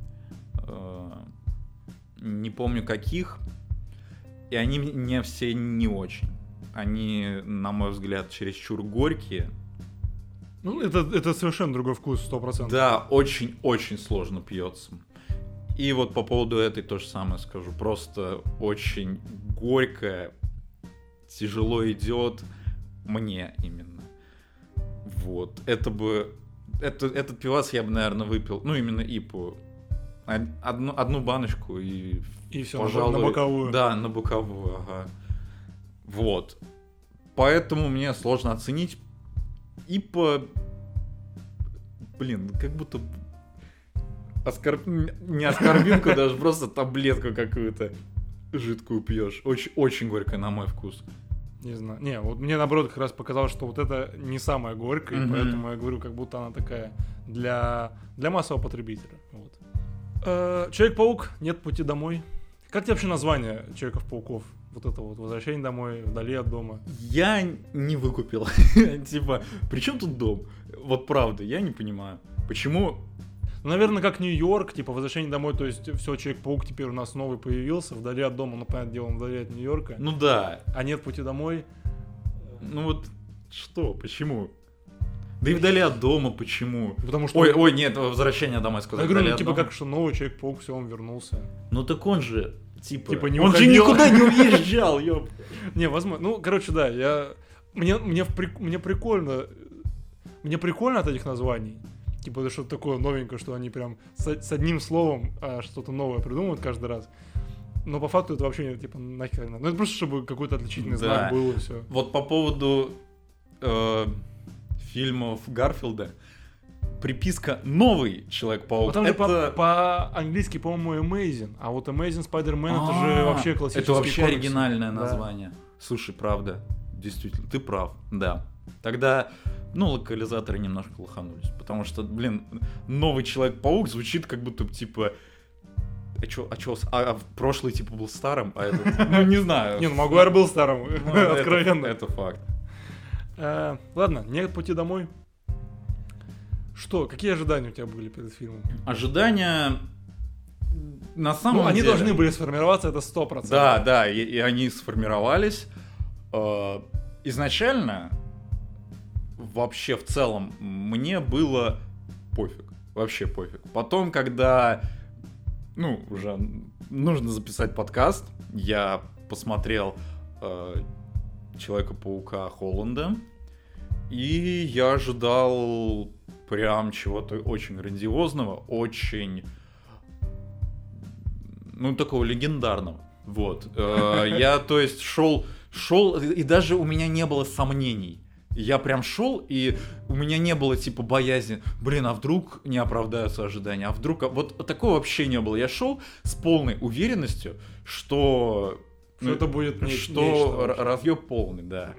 Не помню каких. И они мне все не очень. Они, на мой взгляд, чересчур горькие. Ну, это совершенно другой вкус, 100%. Да, очень-очень сложно пьется. И вот по поводу этой то же самое скажу. Просто очень горькая, тяжело идет мне именно. Вот. Этот пивас я бы, наверное, выпил. Ну, именно ИПу. Одну баночку и все, пожалуй, на боковую. Да, на боковую, ага. Вот. Поэтому мне сложно оценить. ИПа... Блин, как будто... Не аскорбинку, даже просто таблетку какую-то жидкую пьешь. Очень, очень горькая, на мой вкус. Не знаю. Не, вот мне наоборот как раз показалось, что вот это не самая горькая, и поэтому я говорю, как будто она такая для массового потребителя. Вот. Человек-паук, нет пути домой. Как тебе вообще название Человеков-пауков? Вот это вот возвращение домой, вдали от дома. Я не выкупил. Типа, при чем тут дом? Вот правда, я не понимаю. Почему? Ну, наверное, как Нью-Йорк, типа возвращение домой, то есть все, Человек-паук теперь у нас новый появился, вдали от дома, ну, понятное дело, вдали от Нью-Йорка. Ну да. А нет пути домой. Ну вот что, почему? Да и вдали от дома, почему? Потому что... Ой, нет, возвращение домой сказать. Я говорю, вдали ну, от типа дома. как, что новый Человек-паук, все, он вернулся. Ну так он же, типа не он же уходил. никуда не уезжал, ёп. Не, возможно, ну, короче, да, мне прикольно от этих названий. Типа, это что-то такое новенькое, что они прям с одним словом что-то новое придумывают каждый раз. Но по факту это вообще, типа, нахер не надо. Ну, это просто, чтобы какой-то отличительный знак был, и все. Вот по поводу фильмов Гарфилда, приписка «Новый Человек-паук». Потому это... что по-английски, по-моему, Amazing. А вот Amazing Spider-Man это же вообще классический Это вообще комикс. оригинальное Да. название. Слушай, правда, действительно, ты прав, да. Тогда, локализаторы немножко лоханулись, потому что, новый Человек-паук звучит как будто, типа, прошлый, типа, был старым, а этот, не знаю. Не, ну Магуайр был старым, откровенно. Это факт. Ладно, нет пути домой. Что, какие ожидания у тебя были перед фильмом? Ожидания, на самом деле... Они должны были сформироваться, это 100%. Да, и они сформировались. Изначально, вообще в целом, мне было пофиг. Вообще пофиг. Потом, когда, уже нужно записать подкаст, я посмотрел Человека-паука Холланда, и я ожидал прям чего-то очень грандиозного, очень, такого легендарного. Вот. Я, то есть, шел, и даже у меня не было сомнений. Я прям шел, и у меня не было, типа, боязни, а вдруг не оправдаются ожидания, а вдруг... Вот такого вообще не было. Я шел с полной уверенностью, что это будет что разъеб полный, да.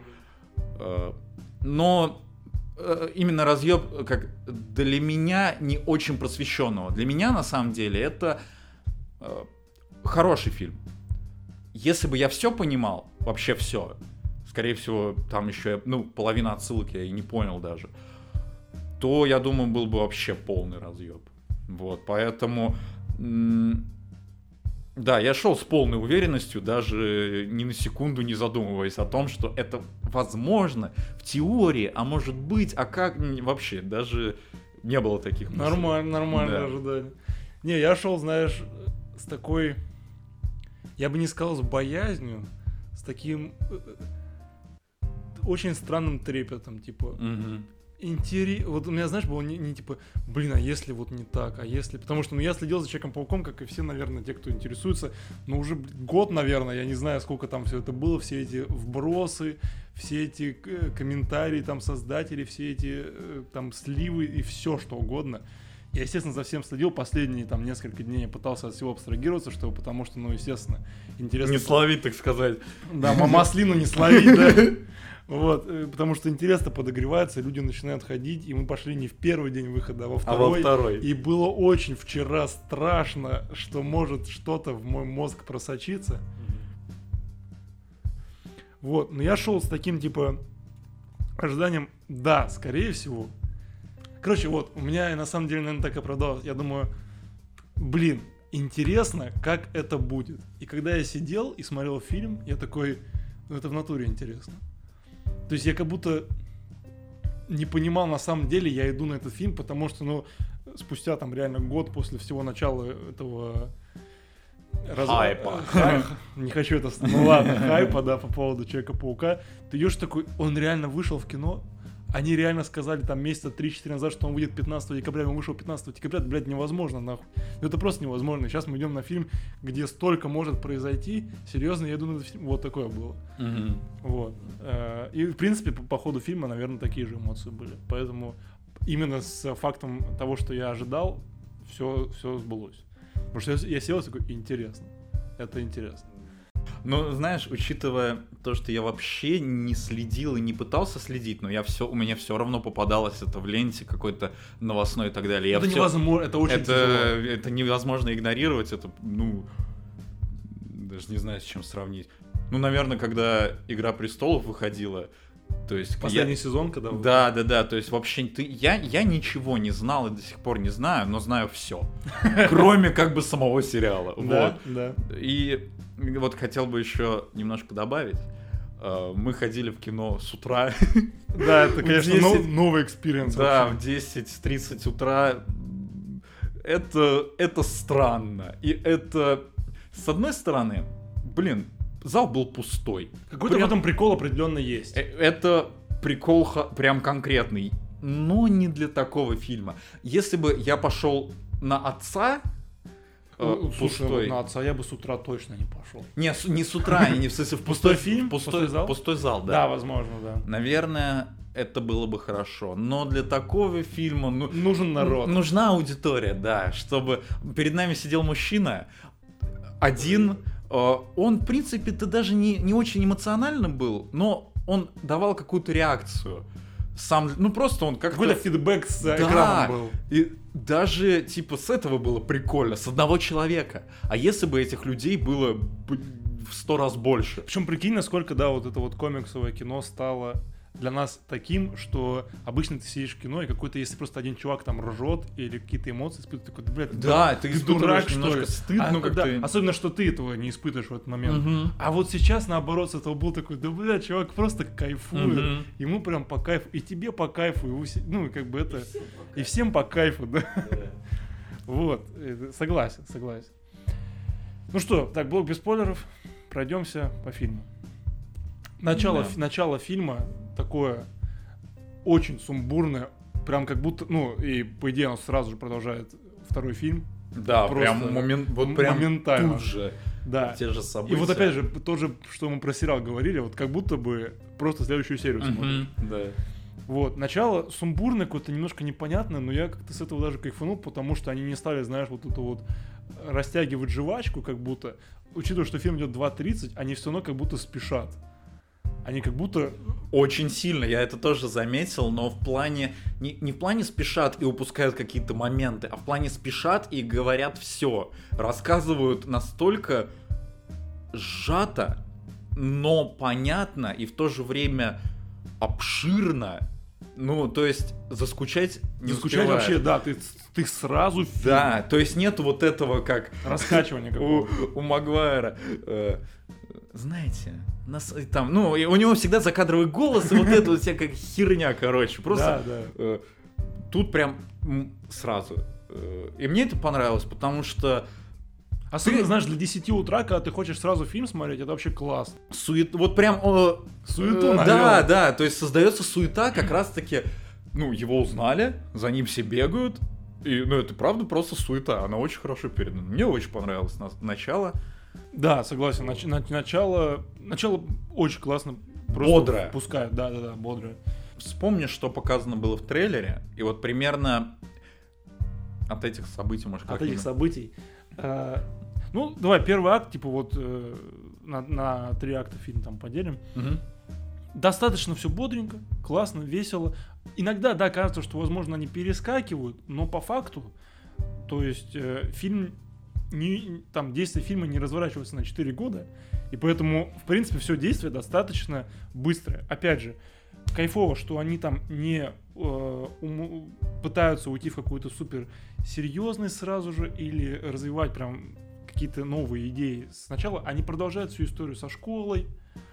Но именно разъеб, как для меня, не очень просвещенного. Для меня, на самом деле, это хороший фильм. Если бы я все понимал, вообще все, скорее всего, там еще, половина отсылок я и не понял даже, то, я думаю, был бы вообще полный разъеб. Вот, поэтому... Да, я шел с полной уверенностью, даже ни на секунду не задумываясь о том, что это возможно в теории, а может быть, а как вообще, даже не было таких мыслей. Нормальное ожидание. Не, я шел, знаешь, с такой, я бы не сказал с боязнью, с таким очень странным трепетом, типа... Вот у меня, знаешь, было не типа, а если вот не так, а если... Потому что, я следил за Человеком-пауком, как и все, наверное, те, кто интересуется, уже год, наверное, я не знаю, сколько там все это было, все эти вбросы, все эти комментарии там создателей, все эти там сливы и все, что угодно. Я, естественно, за всем следил, последние там несколько дней я пытался от всего абстрагироваться, потому что, естественно, интересно... Не словить, так сказать. Да, маслину не словить, да. Вот, потому что интересно подогревается, люди начинают ходить, и мы пошли не в первый день выхода, а во второй. И было очень вчера страшно, что может что-то в мой мозг просочиться. Вот, но я шел с таким, типа, ожиданием, да, скорее всего. Короче, вот, у меня на самом деле, наверное, так оправдалось. Я думаю, интересно, как это будет. И когда я сидел и смотрел фильм, я такой, это в натуре интересно. То есть я как будто не понимал, на самом деле, я иду на этот фильм, потому что, спустя там реально год после всего начала этого... Хайпа. Не хочу это... ладно, хайпа, да, по поводу Человека-паука. Ты идешь такой, он реально вышел в кино, они реально сказали там месяца 3-4 назад, что он выйдет 15 декабря, он вышел 15 декабря, блядь, невозможно, нахуй. Это просто невозможно. Сейчас мы идем на фильм, где столько может произойти. Серьезно, я иду на этот фильм. Вот такое было. Вот. И, в принципе, по ходу фильма, наверное, такие же эмоции были. Поэтому именно с фактом того, что я ожидал, все сбылось. Потому что я сел и такой, интересно. Это интересно. Ну, знаешь, учитывая то, что я вообще не следил и не пытался следить, но у меня все равно попадалось это в ленте какой-то новостной и так далее. Это невозможно, это очень тяжело. Это невозможно игнорировать, это, ну, даже не знаю, с чем сравнить. Ну, наверное, когда «Игра престолов» выходила, то есть... Последний сезон, когда... Да, то есть вообще я ничего не знал и до сих пор не знаю, но знаю все. Кроме как бы самого сериала. Да. И вот хотел бы еще немножко добавить. Мы ходили в кино с утра. Да, это, конечно, новый экспириенс. Да, в 10:30 утра. Это странно. И это, с одной стороны, блин, зал был пустой. Какой-то в этом прикол определенно есть. Это прикол прям конкретный, но не для такого фильма. Если бы я пошел на «Отца», Слушай, пустой... на «Отца» я бы с утра точно не пошел. Не с утра, не в смысле в пустой фильм, пустой зал. Пустой зал, да. Да, возможно, да. Наверное, это было бы хорошо, но для такого фильма нужен народ. Нужна аудитория, да, чтобы перед нами сидел мужчина один. Он, в принципе-то, даже не очень эмоционально был, но он давал какую-то реакцию. Сам, ну просто он как-то... Какой-то фидбэк с экраном был. И даже, типа, с этого было прикольно, с одного человека. А если бы этих людей было в 100 раз больше? Причем прикинь, насколько, да, вот это вот комиксовое кино стало для нас таким, что обычно ты сидишь в кино, и какой-то, если просто один чувак там ржет или какие-то эмоции испытывает, такой, да, блядь, да, ты дурак, немножко стыдно, когда, особенно, что ты этого не испытываешь в этот момент. Угу. А вот сейчас, наоборот, с этого был такой, да, блядь, чувак просто кайфует, ему прям по кайфу, и тебе по кайфу, и как бы это, и всем по кайфу, да. Вот, согласен. Ну что, так, блок без спойлеров, пройдемся по фильму. Начало фильма такое очень сумбурное, прям как будто, ну, и по идее он сразу же продолжает второй фильм. Да, прям моментально. Тут же. Да. Те же события. И вот опять же, тоже, что мы про сериал говорили, вот как будто бы просто следующую серию смотрим. Да. Вот, начало сумбурное, какое-то немножко непонятное, но я как-то с этого даже кайфанул, потому что они не стали, знаешь, вот эту вот растягивать жвачку, как будто, учитывая, что фильм идет 2:30, они все равно как будто спешат. Они как будто... Очень сильно, я это тоже заметил, но в плане... Не в плане спешат и упускают какие-то моменты, а в плане спешат и говорят все. Рассказывают настолько сжато, но понятно и в то же время обширно. Ну, то есть заскучать не заскучать успеваешь. Вообще, да, ты сразу... Да, то есть нету вот этого как... Раскачивания какого-то. У Магуайра... Знаете, там, ну, у него всегда закадровый голос, и вот это вот вся как херня, короче. Просто да. Тут прям сразу. И мне это понравилось, потому что... Особенно, знаешь, для 10 утра, когда ты хочешь сразу фильм смотреть, это вообще класс. Вот прям... Суету навел. Да, то есть создается суета, как раз-таки, ну, его узнали, за ним все бегают, и, ну, это правда просто суета, она очень хорошо передана. Мне очень понравилось начало. Да, согласен. Начало очень классно. Бодрое. Пускает, да, бодрое. Вспомни, что показано было в трейлере, и вот примерно от этих событий, может, как-то... От этих событий. Ну, давай, первый акт, типа вот на 3 акта фильм там поделим. Угу. Достаточно все бодренько, классно, весело. Иногда, да, кажется, что, возможно, они перескакивают, но по факту, то есть фильм... там действие фильма не разворачивается на 4 года, и поэтому, в принципе, все действие достаточно быстрое. Опять же, кайфово, что они там не пытаются уйти в какую-то супер серьезность сразу же или развивать прям какие-то новые идеи. Сначала они продолжают всю историю со школой,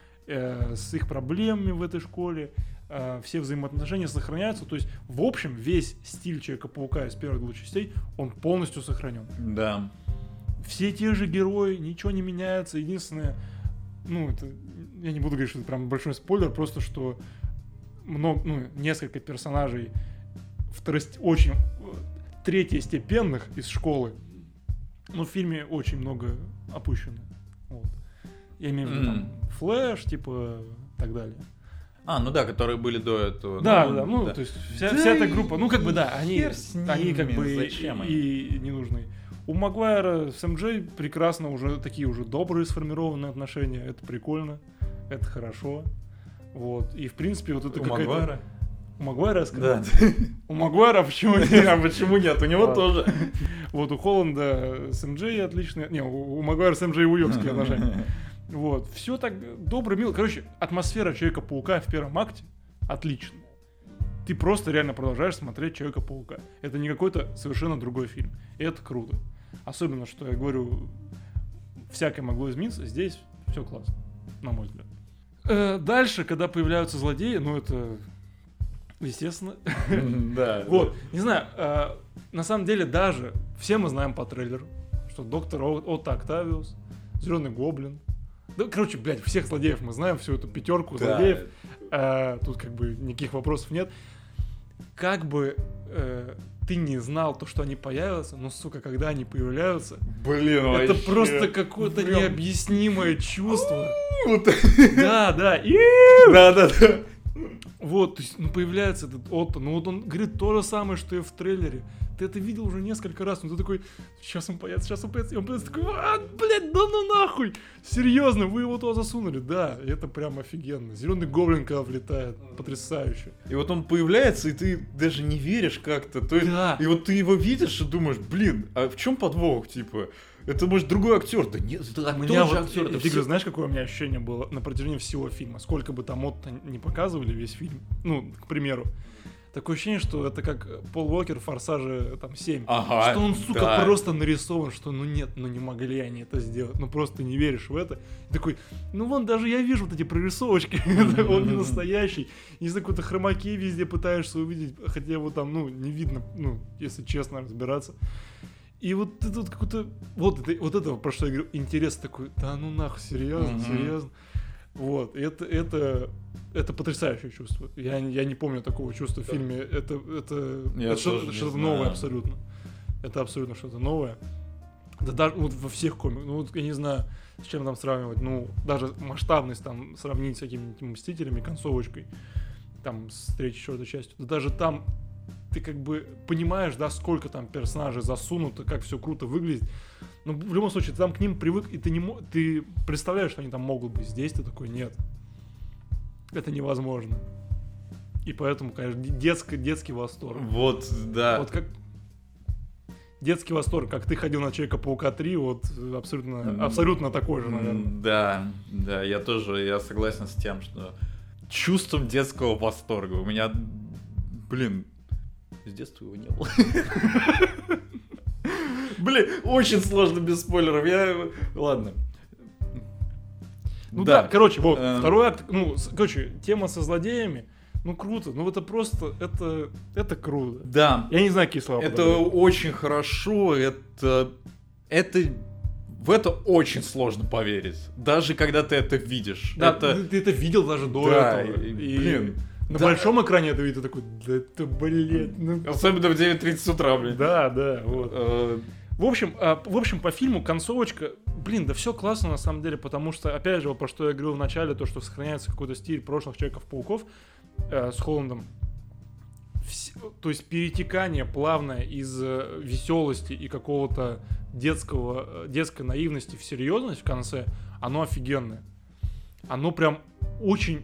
с их проблемами в этой школе, все взаимоотношения сохраняются. То есть, в общем, весь стиль Человека-паука из первых 2 частей, он полностью сохранен. Да. Все те же герои, ничего не меняется. Единственное, ну, это, я не буду говорить, что это прям большой спойлер, просто что несколько персонажей очень третьестепенных из школы, но в фильме очень много опущено. Вот. Я имею в виду там Флэш, типа, так далее. Ну да, которые были до этого. Да, то есть вся эта группа, ну как бы да, они как бы зачем и не нужны. У Магуайра с МД прекрасно уже такие уже добрые сформированные отношения. Это прикольно, это хорошо. Вот. И в принципе вот это У Магуайра? У Магуайра, Да. У Магуайра почему нет? А почему нет? У него тоже. Вот у Холланда с МД отличные... Не, у Магуайра с МД уёбские отношения. Вот. Все так добро, мило. Короче, атмосфера Человека-паука в первом акте отличная. Ты просто реально продолжаешь смотреть Человека-паука. Это не какой-то совершенно другой фильм. И это круто. Особенно, что я говорю, всякое могло измениться. Здесь все классно, на мой взгляд. Дальше, когда появляются злодеи, ну это... Естественно. Да. Вот, не знаю, на самом деле даже все мы знаем по трейлеру, что доктор Отто Октавиус, Зеленый Гоблин. Да, короче, блядь, всех злодеев мы знаем, всю эту пятерку злодеев. Тут как бы никаких вопросов нет. Как бы ты не знал то, что они появятся, но, сука, когда они появляются, блин, это вообще. просто какое-то Прям... необъяснимое чувство. Вот. Да. Да. Вот, то есть, ну, появляется этот Отто, ну, вот он говорит то же самое, что и в трейлере. Ты это видел уже несколько раз, но ты такой, сейчас он появится, и он появится такой, блядь, да ну нахуй! Серьезно, вы его туда засунули? Да, это прям офигенно. Зеленый гоблин, когда влетает, потрясающе. И вот он появляется, и ты даже не веришь как-то. То есть, Да. И вот ты его видишь и думаешь, блин, а в чем подвох, типа? Это, может, другой актер? Да нет, это У меня тот же вот, актер. ты говоришь, знаешь, какое у меня ощущение было на протяжении всего фильма? Сколько бы там Отто не показывали весь фильм, ну, к примеру, такое ощущение, что это как Пол Уокер в «Форсаже» там 7. Ага, что он, сука, да. просто нарисован, что ну нет, ну не могли они это сделать. Ну просто не веришь в это. И такой, ну вон даже я вижу вот эти прорисовочки, он не настоящий. Не знаю, какой-то хромаки везде пытаешься увидеть, хотя его там, ну, не видно, ну, если честно разбираться. И вот это вот какой-то, вот это, про что я говорю, интерес такой, да ну нахуй, серьезно. Вот, это потрясающее чувство. Я не помню такого чувства в фильме. Это что-то новое абсолютно. Это абсолютно что-то новое. Да даже вот во всех комиксах. Ну вот я не знаю, с чем там сравнивать. Ну, даже масштабность там сравнить с какими-нибудь «Мстителями», концовочкой, там с 3-4 частью. Да даже там ты как бы понимаешь, да, сколько там персонажей засунуто, как все круто выглядит. Но в любом случае, ты там к ним привык, и ты представляешь, что они там могут быть. Здесь ты такой, нет. Это невозможно. И поэтому, конечно, детский восторг. Вот, да. Вот как... Детский восторг, как ты ходил на Человека-паука 3, вот абсолютно такой же, наверное. Да, я согласен с тем, что чувством детского восторга. У меня, блин, с детства его не было. Блин, очень сложно без спойлеров. Ладно. Ну да, короче, вот, второй акт, тема со злодеями, ну круто, ну это просто, это круто. Да. Я не знаю, какие слова Это подобрать. очень хорошо, в это очень сложно поверить, даже когда ты это видишь. Да, ты это видел даже до этого. Блин. На большом экране это видно, такой, да это, блядь, ну... Особенно в 9:30 утра, блин. Да, вот. В общем, по фильму концовочка, блин, да все классно на самом деле, потому что, опять же, вот про что я говорил в начале, то, что сохраняется какой-то стиль прошлых Человеков-пауков с Холландом. То есть перетекание плавное из веселости и какого-то детской наивности в серьезность в конце, оно офигенное. Оно прям очень,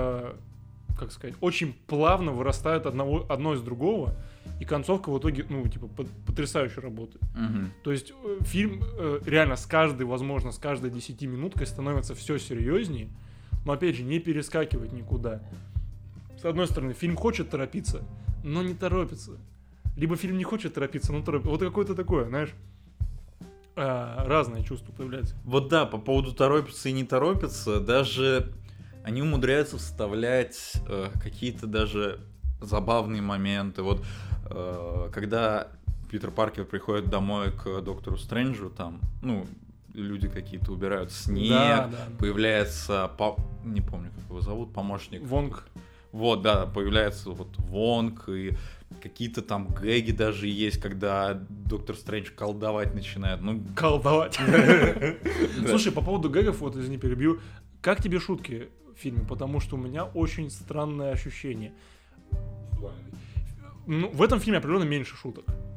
очень плавно вырастает одно из другого. И концовка в итоге, потрясающе работает. То есть фильм реально с каждой 10 минуткой становится все серьезнее, но опять же не перескакивает никуда. С одной стороны, фильм хочет торопиться, но не торопится. Либо фильм не хочет торопиться, но торопится. Вот какое-то такое, знаешь, разное чувство появляется. Вот да, по поводу торопиться и не торопиться, даже они умудряются вставлять какие-то даже забавные моменты. Вот когда Питер Паркер приходит домой к доктору Стрэнджу, там, люди какие-то убирают снег, да. Появляется, не помню, как его зовут, помощник. Вонг. Вот, да, появляется вот Вонг, и какие-то там гэги даже есть, когда доктор Стрэндж колдовать начинает. Колдовать. Слушай, по поводу гэгов, вот, извини, перебью. Как тебе шутки в фильме? Потому что у меня очень странное ощущение. В этом фильме определенно меньше шуток.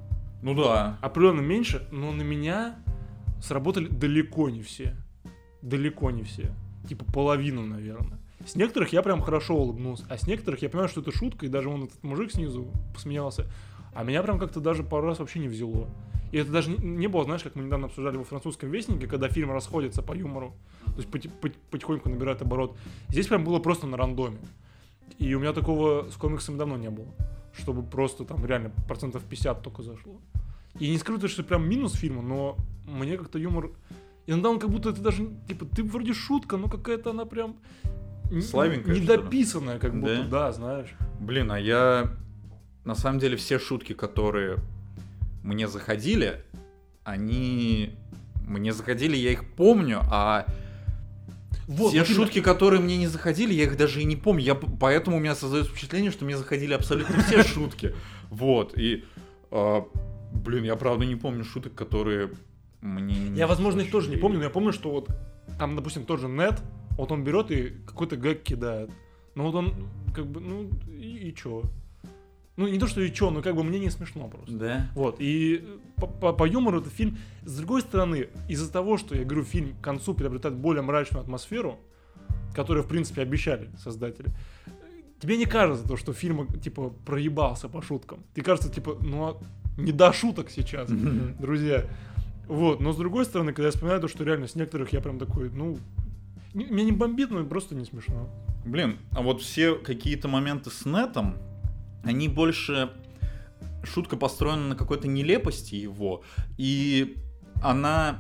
Ну да. Определенно меньше, но на меня сработали далеко не все. Далеко не все. Типа половину, наверное. С некоторых я прям хорошо улыбнулся, а с некоторых я понимаю, что это шутка, и даже вон этот мужик снизу посмеялся. А меня прям как-то даже пару раз вообще не взяло. И это даже не было, знаешь, как мы недавно обсуждали во «Французском вестнике», когда фильм расходится по юмору, то есть потихоньку набирает оборот. Здесь прям было просто на рандоме. И у меня такого с комиксами давно не было, чтобы просто там реально 50% только зашло. И не скажу, что прям минус фильма, но мне как-то юмор... Иногда он как будто это даже, типа, ты вроде шутка, но какая-то она прям... Слабенькая, недописанная, как будто, да, знаешь. Блин, а я... На самом деле все шутки, которые мне заходили, они... Мне заходили, я их помню, а... Вот, все шутки, которые мне не заходили, я их даже и не помню. Поэтому у меня создается впечатление, что мне заходили абсолютно все шутки. Вот, и... Блин, я правда не помню шуток, которые мне... Я, возможно, их тоже не помню, но я помню, что вот там, допустим, тот же Нет, вот он берет и какой-то гэг кидает. Ну вот он как бы, ну и чё? Ну не то, что и чё, но как бы мне не смешно просто. Да? Вот, и по юмору этот фильм, с другой стороны, из-за того, что, я говорю, фильм к концу приобретает более мрачную атмосферу, которую, в принципе, обещали создатели, тебе не кажется то, что фильм, типа, проебался по шуткам. Тебе кажется, типа, ну, не до шуток сейчас, друзья. Вот, но с другой стороны, когда я вспоминаю то, что реально с некоторых я прям такой, ну, меня не бомбит, но просто не смешно. Блин, а вот все какие-то моменты с Нетом, они больше... Шутка построена на какой-то нелепости его, и она...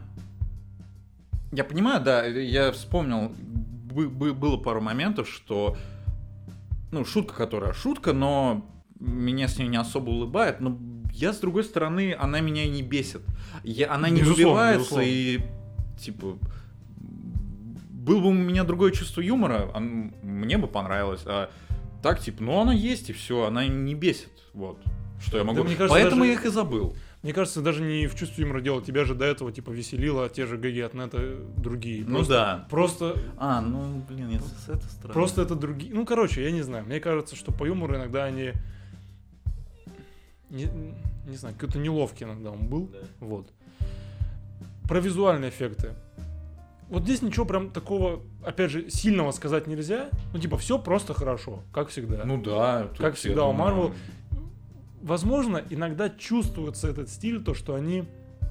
Я понимаю, да, я вспомнил, было пару моментов, что... Ну, шутка, которая шутка, но меня с ней не особо улыбает, но я, с другой стороны, она меня и не бесит. Она не выбивается, и, типа, было бы у меня другое чувство юмора, мне бы понравилось, а так, типа, ну, она есть, и все, она не бесит, вот, что я могу. Да, кажется, поэтому я их и забыл. Мне кажется, даже не в чувстве юмора дело, тебя же до этого, типа, веселило те же гэги от Нета другие. Ну да. Просто... ну, блин, если с этой стороны... Просто это другие... Ну, короче, я не знаю. Мне кажется, что по юмору иногда они... Не знаю, какой-то неловкий иногда он был. Да. Вот. Про визуальные эффекты. Вот здесь ничего прям такого, опять же, сильного сказать нельзя. Ну, типа, все просто хорошо, как всегда. Ну да. Как всегда у Marvel. Возможно, иногда чувствуется этот стиль, то, что они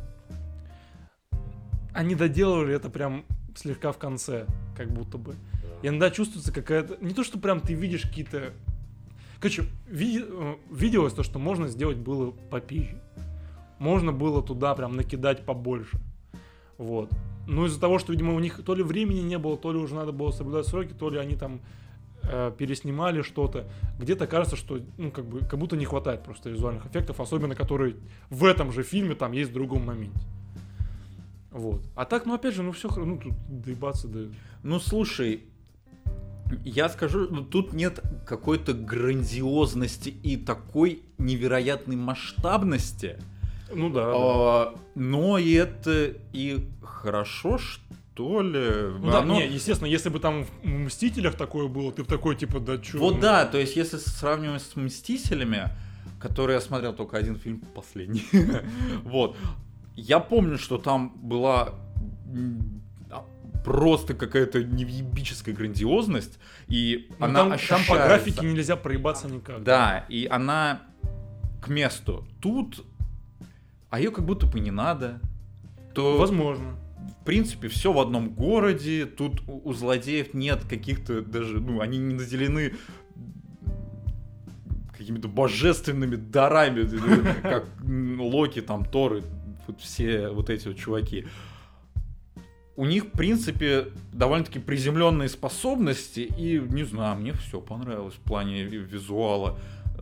доделывали это прям слегка в конце, как будто бы. И иногда чувствуется какая-то... Не то, что прям ты видишь какие-то... Короче, виделось то, что можно сделать было попизже. Можно было туда прям накидать побольше. Вот. Но из-за того, что, видимо, у них то ли времени не было, то ли уже надо было соблюдать сроки, то ли они там переснимали что-то. Где-то кажется, что, ну, как будто не хватает просто визуальных эффектов, особенно которые в этом же фильме там есть в другом моменте. Вот. А так, ну, опять же, ну, все, ну, тут доебаться, да. Ну, слушай, я скажу, тут нет какой-то грандиозности и такой невероятной масштабности. Ну да. Но и это и хорошо, что ли. Ну да, не, естественно, если бы там в «Мстителях» такое было, ты бы такой, типа, да чё? Вот да, то есть если сравнивать с «Мстителями», которые я смотрел только один фильм последний, вот, я помню, что там была просто какая-то невъебическая грандиозность, и она ощущается. Там по графике нельзя проебаться никак. Да, и она к месту. Тут, а ее как будто бы не надо. То, возможно. В принципе, все в одном городе, тут у злодеев нет каких-то даже, ну, они не наделены какими-то божественными дарами, как Локи, там, Тор, вот все вот эти вот чуваки. У них, в принципе, довольно-таки приземленные способности, и, не знаю, мне все понравилось в плане визуала.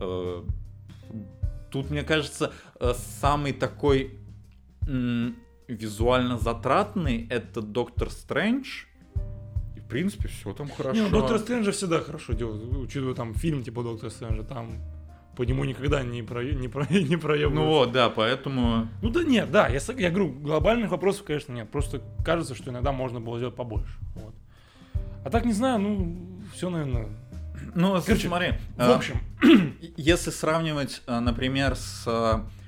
Тут, мне кажется, самый такой визуально затратный — это Доктор Стрэндж. И, в принципе, все там хорошо. Не, ну, Доктор Стрэнджа всегда хорошо делают, учитывая там фильм типа Доктор Стрэнджа, там по нему никогда не проебывают. Ну вот, да, поэтому... Ну да нет, да, я говорю, глобальных вопросов, конечно, нет. Просто кажется, что иногда можно было сделать побольше. Вот. А так, не знаю, ну, все, наверное... Ну, короче, смотри, в общем... если сравнивать, например, с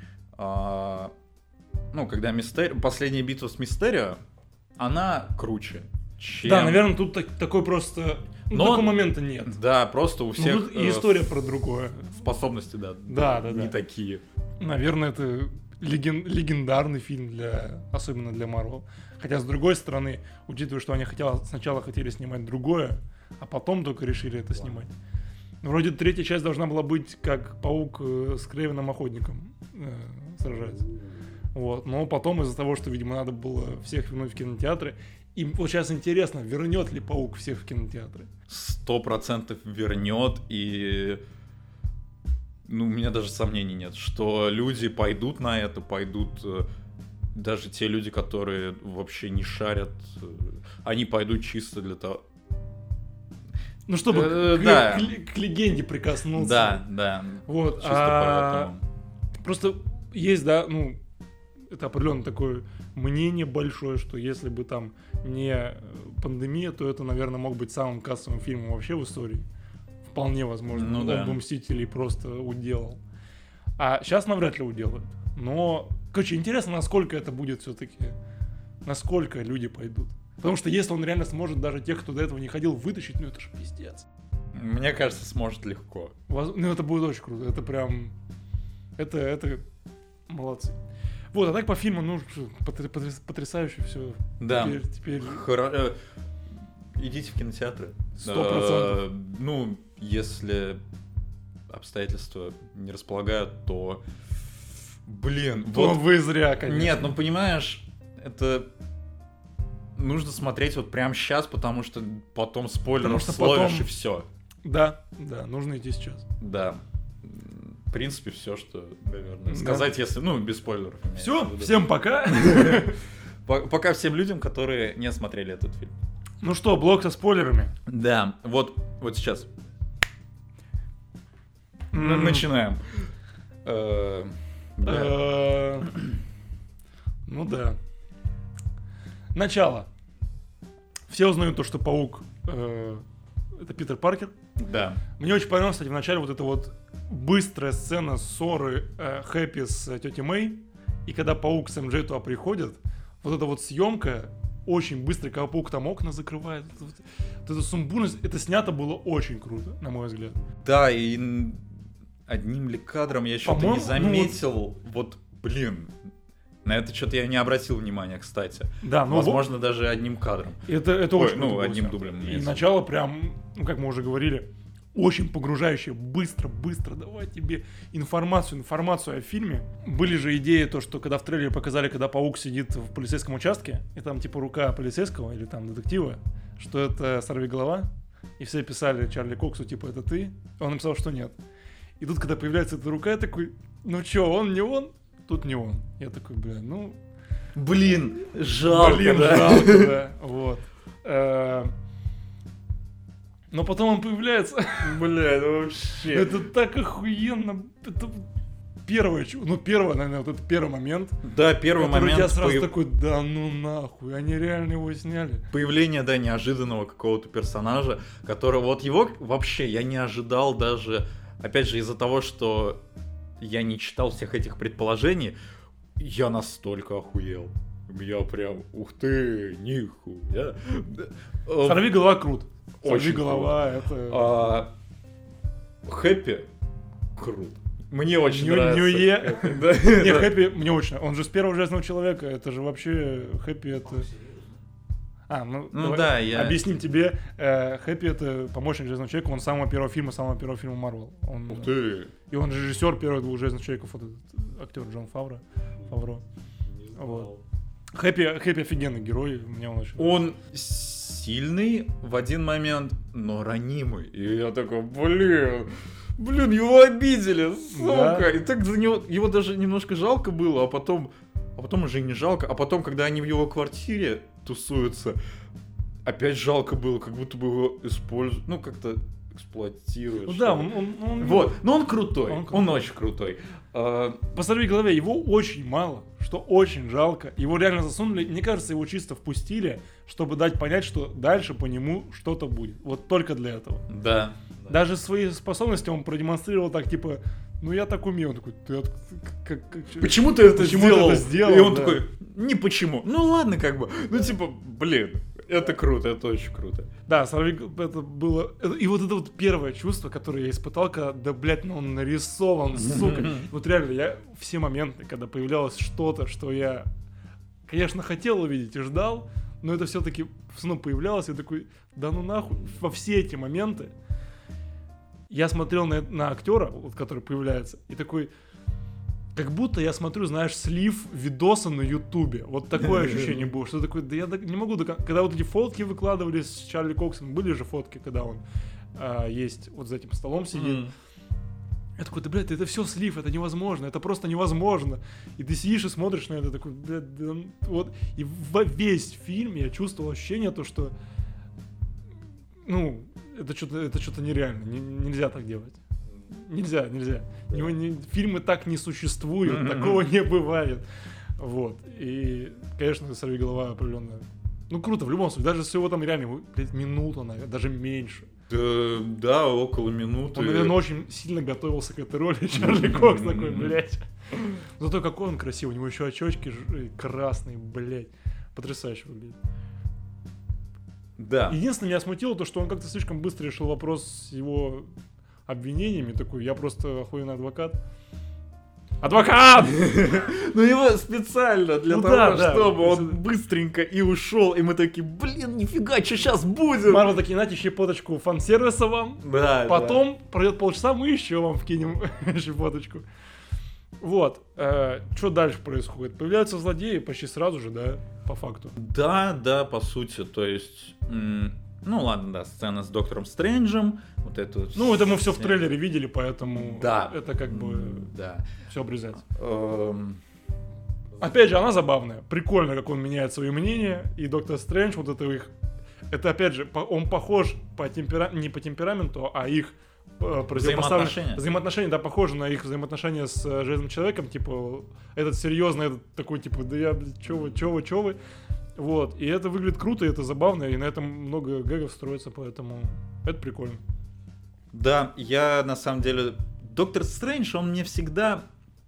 когда последняя битва с Мистерио, она круче, чем... Да, наверное, тут такой просто... такого момента нет. Да, просто у всех... Тут и история про другое. Способности, Да. Не такие. Наверное, это легендарный фильм, особенно для Marvel. Хотя, с другой стороны, учитывая, что они сначала хотели снимать другое, а потом только решили это снимать. Вроде третья часть должна была быть, как Паук с Крейвеном Охотником сражается. Вот. Но потом из-за того, что, видимо, надо было всех вернуть в кинотеатры, и вот сейчас интересно, вернет ли Паук всех в кинотеатры? 100% вернет, и... у меня даже сомнений нет, что люди пойдут на это, даже те люди, которые вообще не шарят, они пойдут чисто для того... чтобы к легенде прикоснуться. Да. Вот. Чисто поэтому. Просто есть, это определенно такое мнение большое, что если бы там не пандемия, то это, наверное, мог быть самым кассовым фильмом вообще в истории. Вполне возможно. Он бы «Мстителей» просто уделал. А сейчас навряд ли уделают. Но, интересно, насколько это будет все-таки, насколько люди пойдут. Потому что если он реально сможет даже тех, кто до этого не ходил, вытащить, это же пиздец. Мне кажется, сможет легко. Это будет очень круто. Это прям... Это молодцы. Вот, а так по фильму, потрясающе все. Да. Теперь... Идите в кинотеатры. 100%. Если обстоятельства не располагают, то... вы зря, конечно. Нет, понимаешь, это... Нужно смотреть прямо сейчас, потому что потом спойлеров словишь и все. Да, нужно идти сейчас. Да. В принципе, все, что, наверное, сказать, если, без спойлеров. Все, всем пока. Пока всем людям, которые не смотрели этот фильм. Ну что, блок со спойлерами? Да, вот сейчас. Начинаем. Да. Начало. Все узнают то, что Паук это Питер Паркер. Да. Мне очень понравилось, кстати, в начале вот эта вот быстрая сцена ссоры Хэппи с тетей Мэй. И когда Паук с МJ туда приходят, вот эта вот съемка очень быстро, когда Паук там окна закрывает. Вот эта сумбурность, это снято было очень круто, на мой взгляд. Да, и одним ли кадром я что-то не заметил. На это что-то я не обратил внимания, кстати. Да, возможно, даже одним кадром. Это очень одним дублем. И начало прям, как мы уже говорили, очень погружающее, быстро давать тебе информацию о фильме. Были же идеи, то, что когда в трейлере показали, когда Паук сидит в полицейском участке, и там типа рука полицейского или там детектива, что это сорвиголова, и все писали Чарли Коксу, типа, это ты? Он написал, что нет. И тут, когда появляется эта рука, я такой, он не он? Тут не он. Я такой, жалко, да. Вот. Но потом он появляется. Вообще. Это так охуенно. Это первое, наверное, вот этот первый момент. Да, первый момент. Я сразу такой, нахуй, они реально его сняли. Появление, неожиданного какого-то персонажа, которого его вообще я не ожидал даже, опять же, из-за того, что я не читал всех этих предположений, я настолько охуел. Я прям, ух ты, нихуя. Сорвиголова крут. Сорвиголова, это... Хэппи крут. Мне очень нравится. Не, Хэппи мне очень. Он же с первого Железного Человека. Это же вообще Хэппи это... Объясним тебе. Хэппи это помощник Железного Человека. Он с самого первого фильма Marvel. Ух ты. И он режиссер первых двух Железных Человеков. Вот этот актер Джон Фавро. Вот. Хэппи офигенный герой. Мне он очень... Он сильный в один момент, но ранимый. И я такой, его обидели, сука. Да. И так за него, его даже немножко жалко было, а потом уже и не жалко. А потом, когда они в его квартире тусуются, опять жалко было, как будто бы его используют, как-то эксплуатируют. Да, но он крутой, он очень крутой. По сорвиголове его очень мало, что очень жалко. Его реально засунули, мне кажется, его чисто впустили, чтобы дать понять, что дальше по нему что-то будет. Вот только для этого. Да. Даже свои способности он продемонстрировал так, типа, ну я так умею. Он такой, Почему ты это сделал? И он да. такой, не почему. Ну ладно, как бы. Ну типа, блин, это круто, это очень круто. Да, это было... И вот это вот первое чувство, которое я испытал, когда, да, блядь, ну он нарисован, сука. Вот реально, я все моменты, когда появлялось что-то, что я, конечно, хотел увидеть и ждал, но это все-таки появлялось, и такой, да ну нахуй, во все эти моменты я смотрел на актера, вот, который появляется, и такой, как будто я смотрю, знаешь, слив видоса на Ютубе. Вот такое ощущение было, что такое, да я не могу, когда вот эти фотки выкладывались с Чарли Коксом, были же фотки, когда он есть вот за этим столом сидит. Я такой, да, блядь, это все слив, это невозможно, это просто невозможно. И ты сидишь и смотришь на это, такой, блядь, вот. И весь фильм я чувствовал ощущение, то, что, ну, это что-то нереально, нельзя так делать. Нельзя. Фильмы так не существуют, такого не бывает. Вот. И, конечно, «Сорвиголова» определенно. Ну, круто, в любом случае. Даже всего там реально, блядь, минута, наверное, даже меньше. Да, около минуты. Он, наверное, очень сильно готовился к этой роли. Чарли Кокс такой, блядь. Зато какой он красивый. У него еще очечки красные, блядь. Потрясающе выглядит. Да. Единственное, меня смутило то, что он как-то слишком быстро решил вопрос с его обвинениями. Такой, я просто охуенный адвокат. Адвокат! Ну его специально для того, чтобы он быстренько и ушел, и мы такие, блин, нифига, что сейчас будет? Марвел такие, знаете, щепоточку фан-сервиса вам. Да. Потом пройдет полчаса, мы еще вам вкинем щепоточку. Вот. Что дальше происходит? Появляются злодеи почти сразу же, да, по факту. Да, по сути, то есть... Ну ладно, да, сцена с Доктором Стрэнджем, вот это вот. Ну, это мы все в трейлере видели, поэтому да. Это как бы да. все обрезать. Опять же, она забавная. Прикольно, как он меняет свои мнения. И Доктор Стрэндж, вот это их... Это опять же, он похож не по темпераменту, а их взаимоотношения, да, похожи на их взаимоотношения с Железным Человеком. Типа, этот серьезный, этот такой, типа, да я, блядь, чё вы? Вот, и это выглядит круто, и это забавно, и на этом много гэгов строится, поэтому это прикольно. Да, я на самом деле... Доктор Стрэндж, он мне всегда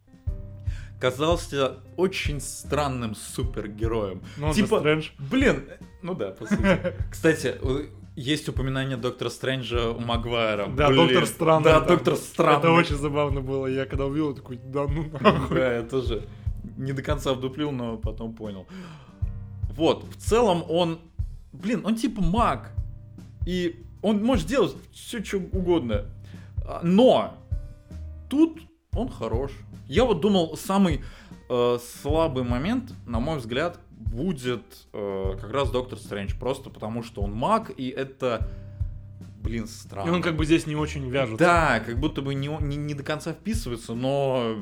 казался очень странным супергероем. Ну, он типа, Стрэндж. Блин, ну да, по сути. Кстати, есть упоминание Доктора Стрэнджа у Магуайра. Да, Доктор Странный. Да, Доктор Странный. Это очень забавно было, я когда увидел, такой, да ну нахуй. Да, я тоже не до конца вдуплил, но потом понял. Вот, в целом он типа маг, и он может делать все, что угодно, но тут он хорош. Я вот думал, самый слабый момент, на мой взгляд, будет как раз Доктор Стрэндж, просто потому что он маг, и это, странно. И он как бы здесь не очень вяжется. Да, как будто бы не до конца вписывается, но...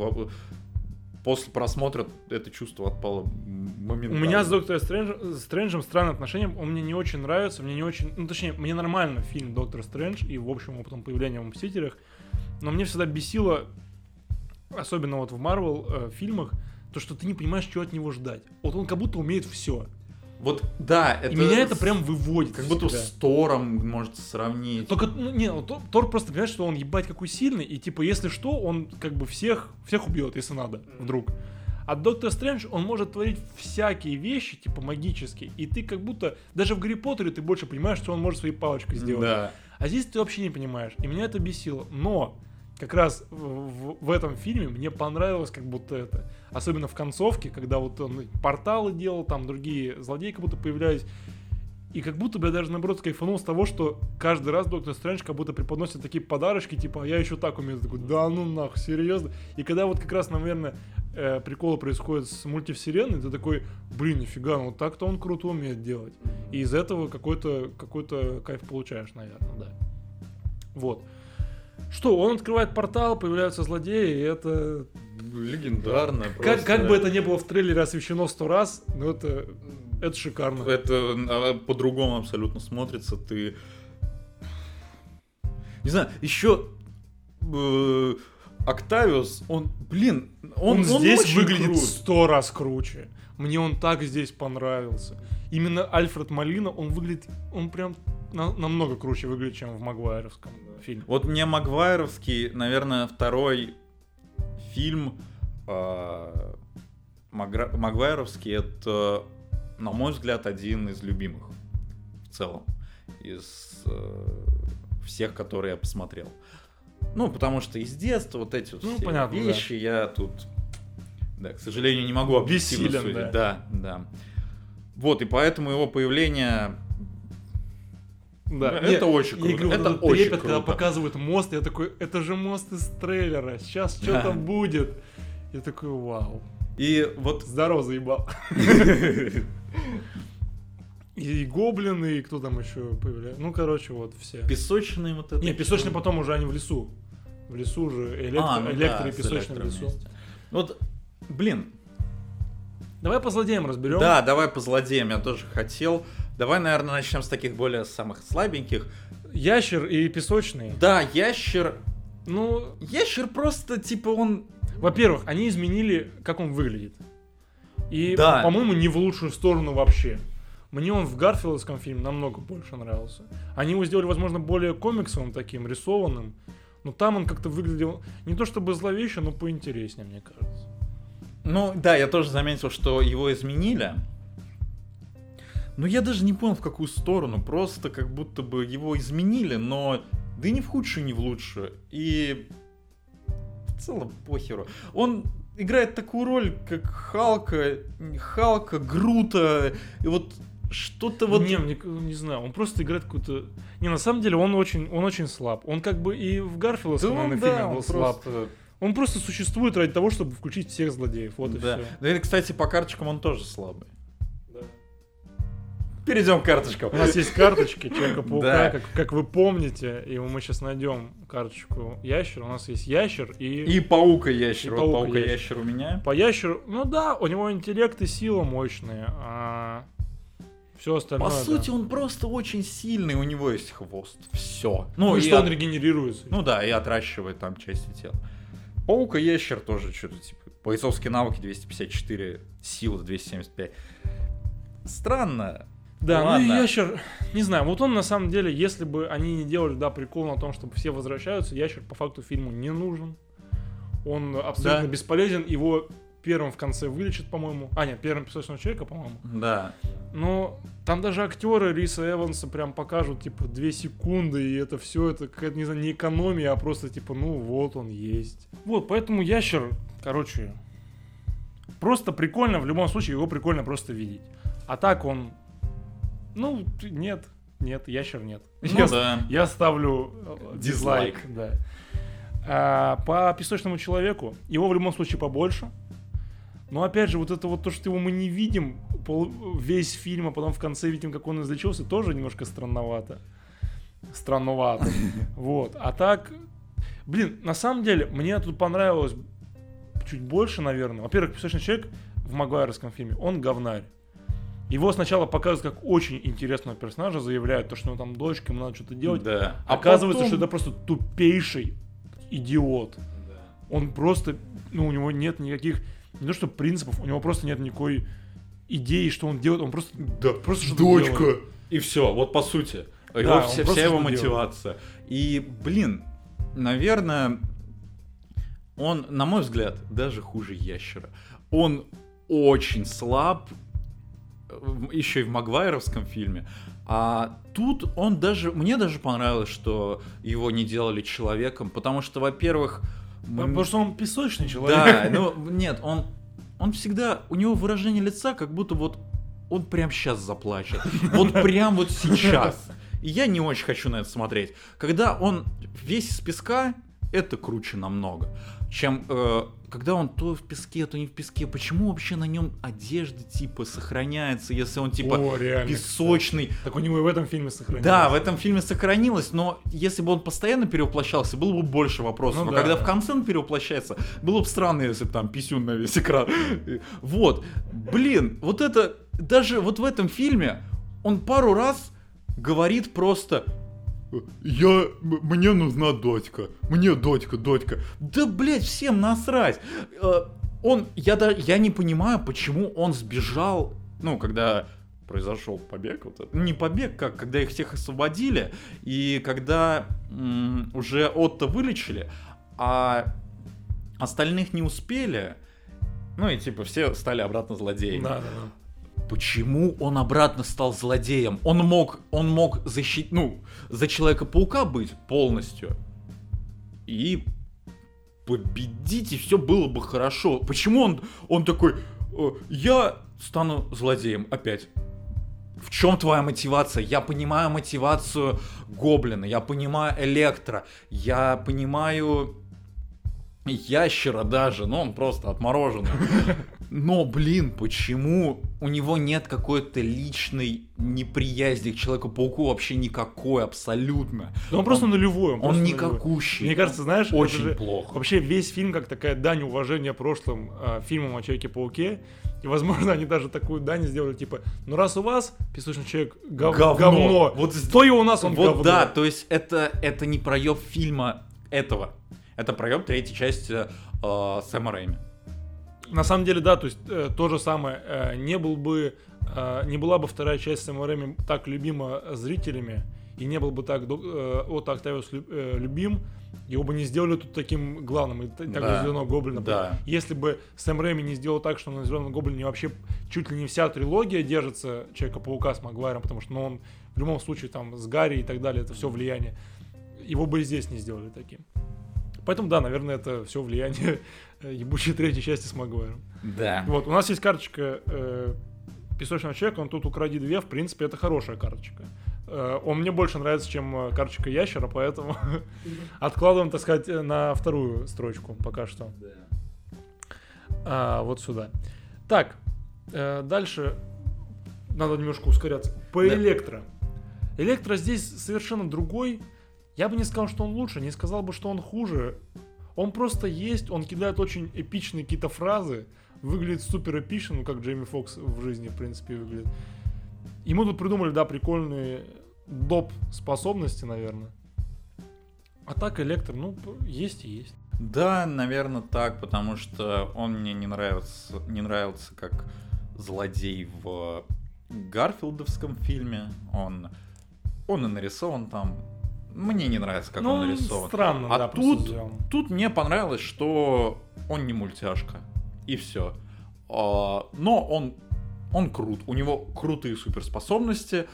После просмотра это чувство отпало моментально. У меня с Доктором Стрэнджем странные отношения. Он мне не очень нравится. Мне нормально фильм Доктор Стрэндж и, в общем, опытом появления в «Мстителях». Но мне всегда бесило, особенно вот в Марвел фильмах, то, что ты не понимаешь, что от него ждать. Вот он как будто умеет все. Вот, да, это... И меня это прям выводит. Как будто с Тором можете сравнить. Только, Тор просто понимает, что он ебать какой сильный, и типа, если что, он как бы всех убьет, если надо, вдруг. А Доктор Стрэндж, он может творить всякие вещи, типа магические, и ты как будто, даже в Гарри Поттере ты больше понимаешь, что он может своей палочкой сделать. Да. А здесь ты вообще не понимаешь, и меня это бесило. Но как раз в этом фильме мне понравилось как будто это. Особенно в концовке, когда вот он порталы делал, там другие злодеи как будто появлялись. И как будто бы я даже наоборот кайфанул с того, что каждый раз Доктор Стрэндж как будто преподносит такие подарочки, типа, а я еще так умею. Я такой, да ну нахуй, серьезно? И когда вот как раз, наверное, приколы происходят с мультивселенной, ты такой, нифига, ну вот так-то он круто умеет делать. И из этого какой-то кайф получаешь, наверное, да. Вот. Что, он открывает портал, появляются злодеи, и это... Легендарно. Как бы это ни было в трейлере освещено 100 раз, но это шикарно. Это по-другому абсолютно смотрится. Ты... Не знаю, еще... Октавиус, он здесь выглядит крут. 100 раз круче. Мне он так здесь понравился. Именно Альфред Молина, он выглядит... Он прям намного круче выглядит, чем в Магуайровском фильме. Вот мне Магуайровский, наверное, второй фильм Магуайровский, это, на мой взгляд, один из любимых в целом из всех, которые я посмотрел. Ну, потому что из детства вот эти вот все понятно, вещи я тут, да, к сожалению, не могу объективно бессилен, судить. да. Да. Вот, и поэтому его появление... Да. Это очень круто. Я говорю, это вот очень трепет, круто. когда показывают мост, я такой, это же мост из трейлера, сейчас что-то будет. Я такой, вау. И вот... Здорово, заебал. И гоблины, и кто там еще появляется. Ну, короче, вот все. Песочные вот это. Не, песочные потом уже они в лесу. В лесу же электро и песочный в лесу. Вот, блин. Давай по злодеям разберем. Да, давай по злодеям, я тоже хотел. Давай, наверное, начнем с таких более самых слабеньких. Ящер и песочный. Да, ящер. Ну, ящер просто, типа, он... Во-первых, они изменили, как он выглядит. И, да. по-моему, не в лучшую сторону вообще. Мне он в Гарфилдском фильме намного больше нравился. Они его сделали, возможно, более комиксовым таким, рисованным. Но там он как-то выглядел не то чтобы зловеще, но поинтереснее, мне кажется. Ну, да, я тоже заметил, что его изменили. Но я даже не понял, в какую сторону. Просто как будто бы его изменили, но... Да и не в худшую, не в лучшую. И... в целом похеру. Он играет такую роль, как Халка, Грута, и вот... Что-то вот... Не знаю, он просто играет какую-то... Не, на самом деле он очень слаб. Он как бы и в Гарфилдском фильме был слаб. Он просто существует ради того, чтобы включить всех злодеев. Вот и все. Да, и, кстати, по карточкам он тоже слабый. Да. Перейдем к карточкам. У нас есть карточки Человека-паука, как вы помните, и мы сейчас найдем карточку ящера. У нас есть ящер и паука-ящер. Вот паука-ящер у меня. По ящеру, ну да, у него интеллект и сила мощные, а... Все остальное, по сути, он просто очень сильный, у него есть хвост. Все. Ну и что он регенерируется. Ну да, и отращивает там части тела. Паука-ящер тоже что-то типа. Бойцовские навыки 254, сила 275. Странно. Да, ну и ящер, не знаю, вот он на самом деле, если бы они не делали, прикол на том, чтобы все возвращаются, ящер по факту фильму не нужен. Он абсолютно бесполезен, его первым в конце вылечат, по-моему. Нет, первым песочного человека, по-моему. Да. Но там даже актеры Риса Эванса прям покажут, типа, 2 секунды, и это все, это какая-то, не знаю, не экономия, а просто, типа, ну вот он есть. Вот, поэтому ящер, короче, просто прикольно, в любом случае, его прикольно просто видеть. А так он, ну, нет, ящер нет. Я ставлю дизлайк, да. По песочному человеку, его в любом случае побольше. Но опять же, вот это вот то, что его мы не видим весь фильм, а потом в конце видим, как он излечился, тоже немножко странновато. Вот. А так, блин, на самом деле, мне тут понравилось чуть больше, наверное. Во-первых, песочный человек в Магуайровском фильме, он говнарь. Его сначала показывают как очень интересного персонажа, заявляют, то, что у него там дочка, ему надо что-то делать. Да. Оказывается, что это просто тупейший идиот. Да. Он просто, ну, у него нет никаких... Не то что принципов, у него просто нет никакой идеи, что он делает, он просто... Да, просто что-то дочка! Делает. И все, вот по сути. Вся его мотивация. Делает. И, блин, наверное, он, на мой взгляд, даже хуже ящера. Он очень слаб, еще и в Магуайровском фильме. А тут он даже... Мне даже понравилось, что его не делали человеком, потому что, во-первых... Потому что он песочный человек. Да, ну нет, он всегда... У него выражение лица, как будто вот он прям сейчас заплачет. Вот прям вот сейчас. И я не очень хочу на это смотреть. Когда он весь из песка, это круче намного. Чем когда он то в песке, то не в песке. Почему вообще на нем одежда типа сохраняется, если он типа песочный? Кстати. Так у него и в этом фильме сохранилось. Да, в этом фильме сохранилось, но если бы он постоянно перевоплощался, было бы больше вопросов. Но когда в конце он перевоплощается, было бы странно, если бы там писюн на весь экран. Вот, блин, вот это, даже вот в этом фильме он пару раз говорит просто... Мне нужна дочка. Мне дочка. Да, блядь, всем насрать. Я не понимаю, почему он сбежал, ну, когда произошел побег. Вот это. Не побег, как когда их всех освободили, и когда уже Отто вылечили, а остальных не успели, ну и типа все стали обратно злодеями. Да. Почему он обратно стал злодеем? Он мог защитить, за Человека-паука быть полностью и победить, и все было бы хорошо. Почему он такой, я стану злодеем опять? В чем твоя мотивация? Я понимаю мотивацию Гоблина, я понимаю Электро, я понимаю Ящера даже, но он просто отмороженный. Но, почему у него нет какой-то личной неприязни к Человеку-пауку вообще никакой, абсолютно? Но он просто нулевой. Он никакущий. Мне кажется, знаешь, очень плохо. Вообще весь фильм как такая дань уважения прошлым фильмам о Человеке-пауке. И, возможно, они даже такую дань сделали, типа, раз у вас Песочный человек говно, вот то и у нас он говно. Да, то есть это не проеб фильма этого. Это проеб третьей части Сэма Рэйми. На самом деле, да, то есть то же самое. Не была бы вторая часть Сэма Рэйми так любима зрителями, и не был бы так Отто Октавиус любим, его бы не сделали тут таким главным, и так же Зеленого Гоблина. Да. Если бы Сэм Рэйми не сделал так, что на Зеленом Гоблине вообще чуть ли не вся трилогия держится Человека-паука с Магуайром, потому что он в любом случае там с Гарри и так далее, это все влияние, его бы и здесь не сделали таким. Поэтому, да, наверное, это все влияние ебучей третьей части с Магуайром. Да. Вот, у нас есть карточка Песочного человека, он тут укради 2, в принципе, это хорошая карточка. Он мне больше нравится, чем карточка Ящера, поэтому откладываем, так сказать, на вторую строчку пока что. Вот сюда. Так, дальше надо немножко ускоряться. По Электро. Электро здесь совершенно другой. Я бы не сказал, что он лучше, не сказал бы, что он хуже. Он просто есть, он кидает очень эпичные какие-то фразы, выглядит супер эпично, как Джейми Фокс в жизни, в принципе, выглядит. Ему тут придумали, да, прикольные доп. Способности, наверное. А так Электро, есть и есть. Да, наверное, так, потому что он мне не нравился как злодей в Гарфилдовском фильме. Он и нарисован там. Мне не нравится, как он нарисован. Странно, а да, тут мне понравилось, что он не мультяшка. И все. Но он крут. У него крутые суперспособности.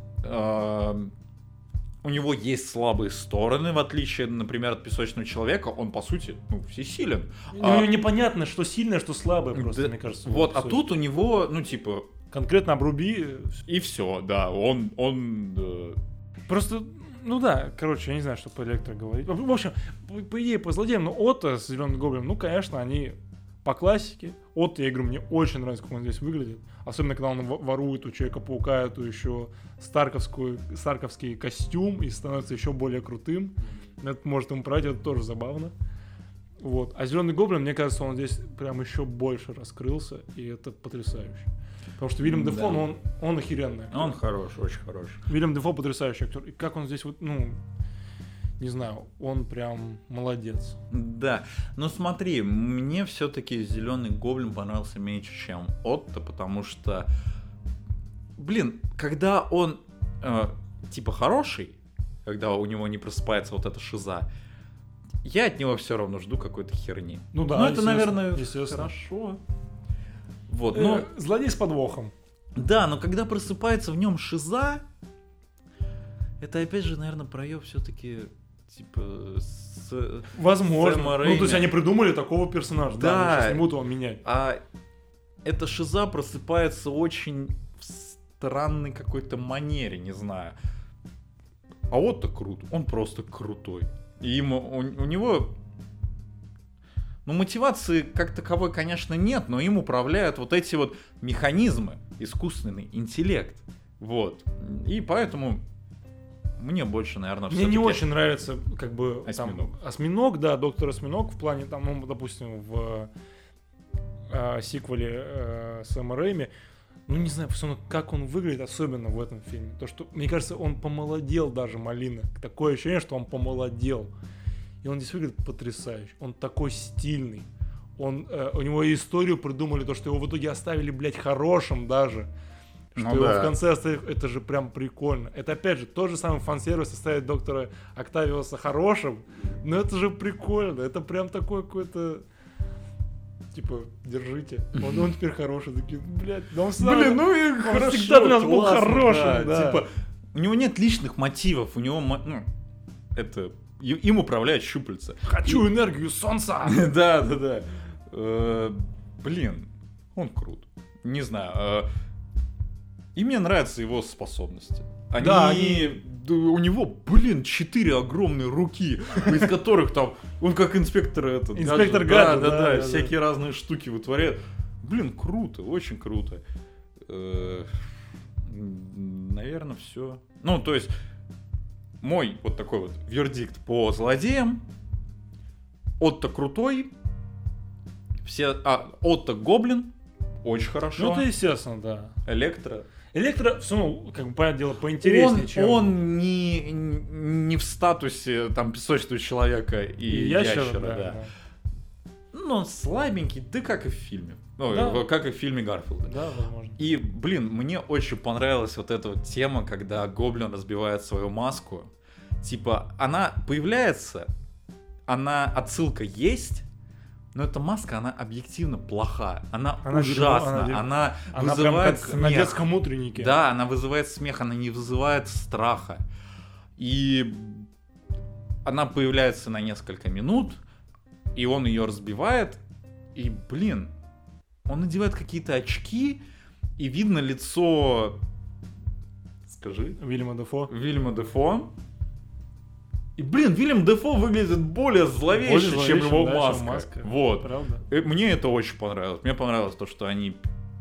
У него есть слабые стороны, в отличие, например, от Песочного человека. Он, по сути, всесилен. Непонятно, что сильное, что слабое, просто, мне кажется. Вот, а тут у него, конкретно обруби. И все, да. Он Просто, я не знаю, что по Электро говорить. В общем, по идее, по злодеям, Отто с Зеленым Гоблином, конечно, они по классике. Отто, я говорю, мне очень нравится, как он здесь выглядит. Особенно, когда он ворует у Человека-паука эту еще старковский костюм и становится еще более крутым. Это может ему пройти, это тоже забавно. Вот. А Зеленый Гоблин, мне кажется, он здесь прям еще больше раскрылся, и это потрясающе. Потому что Вильям Дефо, он охеренный актер. Он хороший, очень хороший. Вильям Дефо потрясающий актер. И как он здесь не знаю, он прям молодец. Да, но смотри, мне все-таки Зеленый Гоблин понравился меньше, чем Отто, потому что, когда он хороший, когда у него не просыпается вот эта шиза, я от него все равно жду какой-то херни. Это, наверное, хорошо. Вот, злодей с подвохом. Да, но когда просыпается в нем шиза, это опять же, наверное, проеб все-таки возможно. То есть они придумали такого персонажа. Да. Сейчас не будут его менять. А эта шиза просыпается очень в странной какой-то манере, не знаю. А Отто крут, он просто крутой. И у него... мотивации как таковой, конечно, нет, но им управляют вот эти вот механизмы, искусственный интеллект. Вот. И поэтому мне больше, наверное, мне не очень нравится, Осьминог. Осьминог, да, доктор Осьминог в плане, допустим, в сиквеле Сэма Рэйми. Не знаю, как он выглядит, особенно в этом фильме. То, что, мне кажется, он помолодел даже, Малина. Такое ощущение, что он помолодел. И он здесь выглядит потрясающе. Он такой стильный. У него историю придумали, то, что его в итоге оставили, хорошим даже. Что Ну его да. в конце оставили, это же прям прикольно. Это опять же тот же самый фан-сервис оставить доктора Октавиуса хорошим, но это же прикольно. Это прям такой какой-то... Типа, держите. Он теперь хороший. Такие, блядь, да он Блин, ну и он хорошо, всегда для нас был классно, хорошим, да. Типа, у него нет личных мотивов, у него, ну, это, им управляют щупальца. Хочу энергию солнца! Да. Блин, он крут. Не знаю. И мне нравятся его способности. У него, блин, 4 огромные руки, из которых там, он как инспектор этот. Инспектор Гаджет, да, всякие разные штуки вытворяет. Блин, круто, очень круто. Наверное, все. Ну, то есть, мой вот такой вот вердикт по злодеям. Отто крутой. Отто гоблин. Очень хорошо. Ну, это естественно, да. Электро, все равно, как бы, понятное дело, поинтереснее, чем... Он не в статусе там песочного человека и ящера, да. Ну, он слабенький, да как и в фильме. Ну, да. Как и в фильме Гарфилда. Да, возможно. И, блин, мне очень понравилась вот эта вот тема, когда гоблин разбивает свою маску. Типа, она появляется, отсылка есть, но эта маска, она объективно плоха. Она ужасна. Она вызывает прям как смех. на детском утреннике. Да, она вызывает смех, она не вызывает страха. И она появляется на несколько минут, и он ее разбивает. И, блин, он надевает какие-то очки, и видно лицо... Скажи. Вильяма Дефо. И, блин, Вильям Дефо выглядит более зловеще, чем его маска. Вот. Правда? Мне это очень понравилось. Мне понравилось то, что они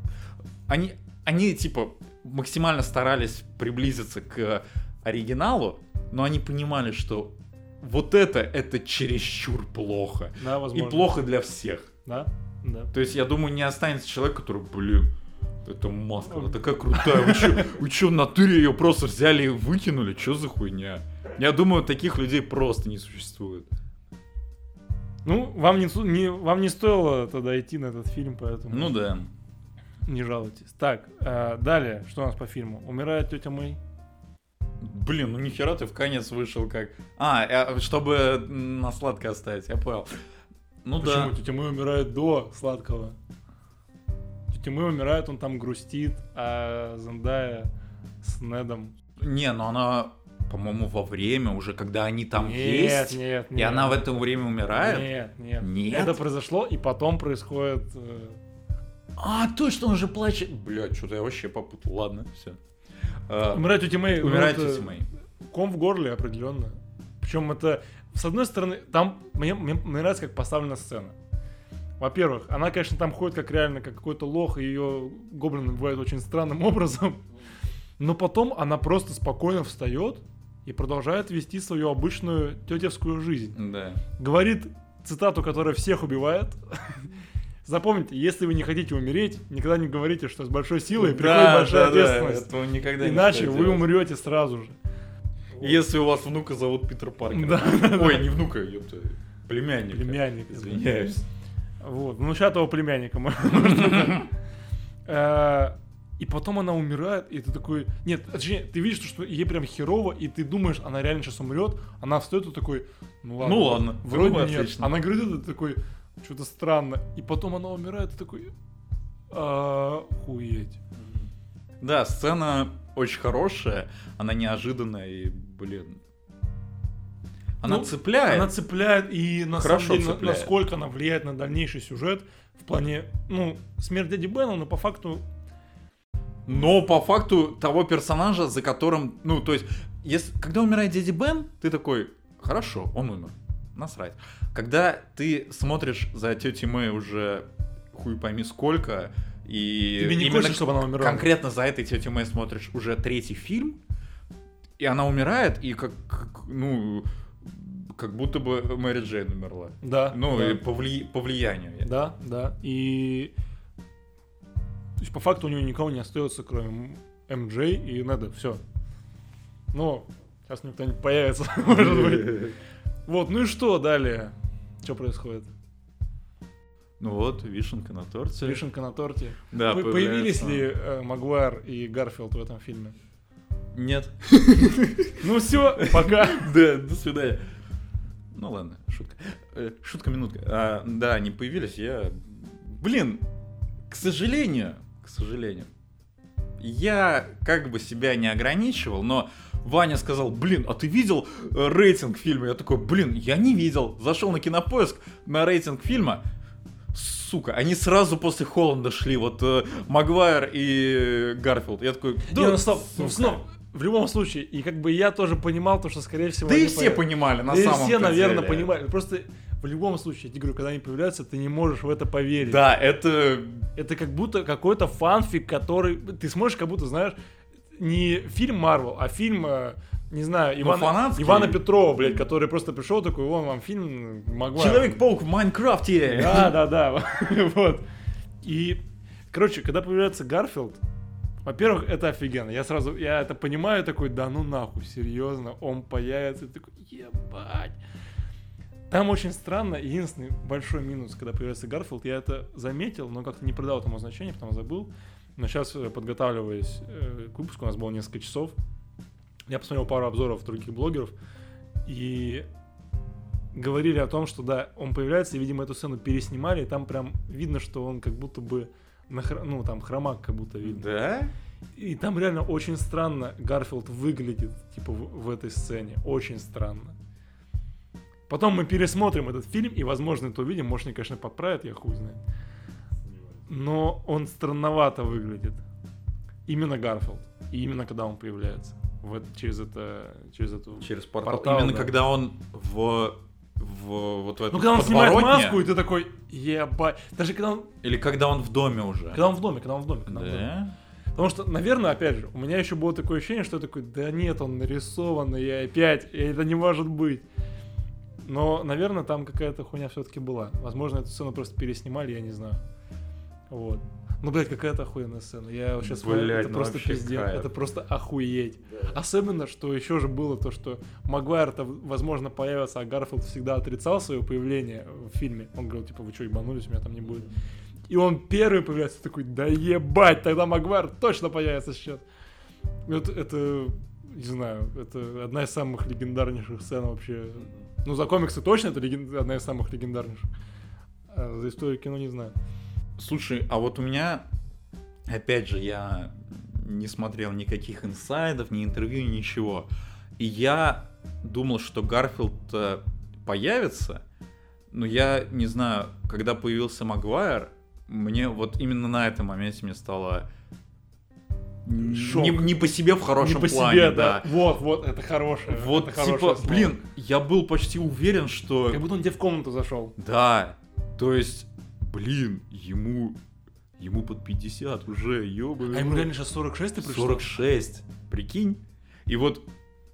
типа максимально старались приблизиться к оригиналу, но они понимали, что вот это чересчур плохо. Да, возможно. И плохо для всех. Да. То есть, я думаю, не останется человек, который, блин, эта маска, она такая крутая. Вы чё, в натуре ее просто взяли и выкинули? Чё за хуйня? Я думаю, таких людей просто не существует. Ну, вам не стоило тогда идти на этот фильм, поэтому... Ну да. Не жалуйтесь. Так, далее, что у нас по фильму? Умирает тетя Мэй. Блин, ну нихера ты в конец вышел как... чтобы на сладкое оставить, я понял. Ну почему? да. Тетя Мэй умирает до сладкого. Тетя Мэй умирает, он там грустит, а Зендая с Недом... Не, но она... По-моему, во время уже, когда они там есть, нет, и она в это время умирает? Нет. Это произошло, и потом происходит... Точно, он же плачет. Бля, что-то я вообще попутал. Ладно, все. Умирает тетя Мэй. Умирает тетя Мэй. Ком в горле, определенно. Причем это, с одной стороны, там мне нравится, как поставлена сцена. Во-первых, она, конечно, там ходит как реально, как какой-то лох, и ее гоблин бывает очень странным образом. Но потом она просто спокойно встает и продолжает вести свою обычную тетевскую жизнь. Да. Говорит цитату, которая всех убивает. Запомните, если вы не хотите умереть, никогда не говорите, что с большой силой приходит большая ответственность. Этого никогда иначе вы умрете сразу же. Если у вас внука зовут Питер Паркер. Да. Ой, не внука, ёпта. Племянника. Племянник. Извиняюсь. Вот, внучатого племянника. И потом она умирает, и ты такой... Нет, точнее, ты видишь, что ей прям херово, и ты думаешь, она реально сейчас умрет. Она встает и такой, ну ладно. Вроде нет. Отлично. Она говорит, это такой, что-то странно. И потом она умирает, и такой, охуеть. Да, сцена очень хорошая, она неожиданная, и, блин... Она цепляет. Она цепляет, и на Хорошо самом деле, цепляет. насколько она влияет на дальнейший сюжет, в плане, смерть дяди Бена, но по факту... Но по факту того персонажа, за которым... Ну, то есть, когда умирает дядя Бен, ты такой, хорошо, он умер, насрать. Когда ты смотришь за тетей Мэй уже хуй пойми сколько, и тебе не хочется, чтобы она умерла. Конкретно за этой тетей Мэй смотришь уже 3-й фильм, и она умирает, и как будто бы Мэри Джейн умерла. Да. И по влиянию. Да. И... То есть, по факту, у него никого не остается, кроме МД и Неда. Все. Но сейчас никто не появится, может быть. Вот, ну и что далее? Что происходит? Ну вот, вишенка на торте. Вишенка на торте. Да, Появились ли Магуайр и Гарфилд в этом фильме? Нет. Ну все, пока. Да, до свидания. Ну ладно, шутка. Шутка-минутка. Да, они появились, Блин, к сожалению, я как бы себя не ограничивал, но Ваня сказал, блин, а ты видел рейтинг фильма? Я такой, блин, я не видел. Зашел на Кинопоиск, на рейтинг фильма. Сука, они сразу после Холланда шли, вот Магуайр и Гарфилд. Я такой, да, стоп. В любом случае, и как бы я тоже понимал то, что, скорее всего... Да и все понимали, на самом деле. Да и все, наверное, понимали. Просто в любом случае, я тебе говорю, когда они появляются, ты не можешь в это поверить. Да, это... Это как будто какой-то фанфик, который... Ты смотришь, как будто, знаешь, не фильм Марвел, а фильм... Не знаю, Ивана Петрова, блядь, который просто пришел такой, вон вам фильм Магуайр. Человек-паук в Майнкрафте. Да. Вот. И, короче, когда появляется Гарфилд, во-первых, это офигенно. Я это понимаю, такой, да ну нахуй, серьезно, он появится, такой, ебать. Там очень странно, единственный большой минус, когда появляется Гарфилд, я это заметил, но как-то не придал этому значения, потом забыл. Но сейчас, подготавливаясь к выпуску, у нас было несколько часов, я посмотрел пару обзоров других блогеров, и говорили о том, что да, он появляется, и, видимо, эту сцену переснимали, и там прям видно, что он как будто бы, там хромак как будто видно. Да? И там реально очень странно Гарфилд выглядит, типа, в этой сцене. Очень странно. Потом мы пересмотрим этот фильм, и, возможно, это увидим. Может, они, конечно, подправят, я хуй знает. Но он странновато выглядит. Именно Гарфилд. И именно когда он появляется. Через портал. Именно да. Когда он вот в этом. Ну, когда он снимает маску, и ты такой, ебать. Даже когда он... Или когда он в доме уже. Когда он в доме. Да? Потому что, наверное, опять же, у меня еще было такое ощущение, что я такой, да нет, он нарисованный, это не может быть. Но, наверное, там какая-то хуйня все-таки была. Возможно, эту сцену просто переснимали, я не знаю. Вот. Ну, блядь, какая-то охуенная сцена. Я сейчас смотрю, это просто пиздец. Это просто охуеть. Да. Особенно, что еще же было то, что Магуайр-то, возможно, появится, а Гарфилд всегда отрицал свое появление в фильме. Он говорил, типа, вы что, ебанулись, у меня там не будет. И он первый появляется, такой, да ебать, тогда Магуайр точно появится сейчас. Это, не знаю, это одна из самых легендарнейших сцен вообще. Ну, за комиксы точно это одна из самых легендарнейших. А за историю кино не знаю. Слушай, а вот у меня, опять же, я не смотрел никаких инсайдов, ни интервью, ничего. И я думал, что Гарфилд появится, но я не знаю, когда появился Магуайр, мне вот именно на этом моменте мне стало не по себе в хорошем плане. Не по себе, да. Вот, это хорошее. Вот, это типа, блин, я был почти уверен, что... Как будто он тебе в комнату зашел. Да, то есть, блин, ему под 50 уже, ёбаный. А ему реально сейчас 46 ты пришел? 46, прикинь. И вот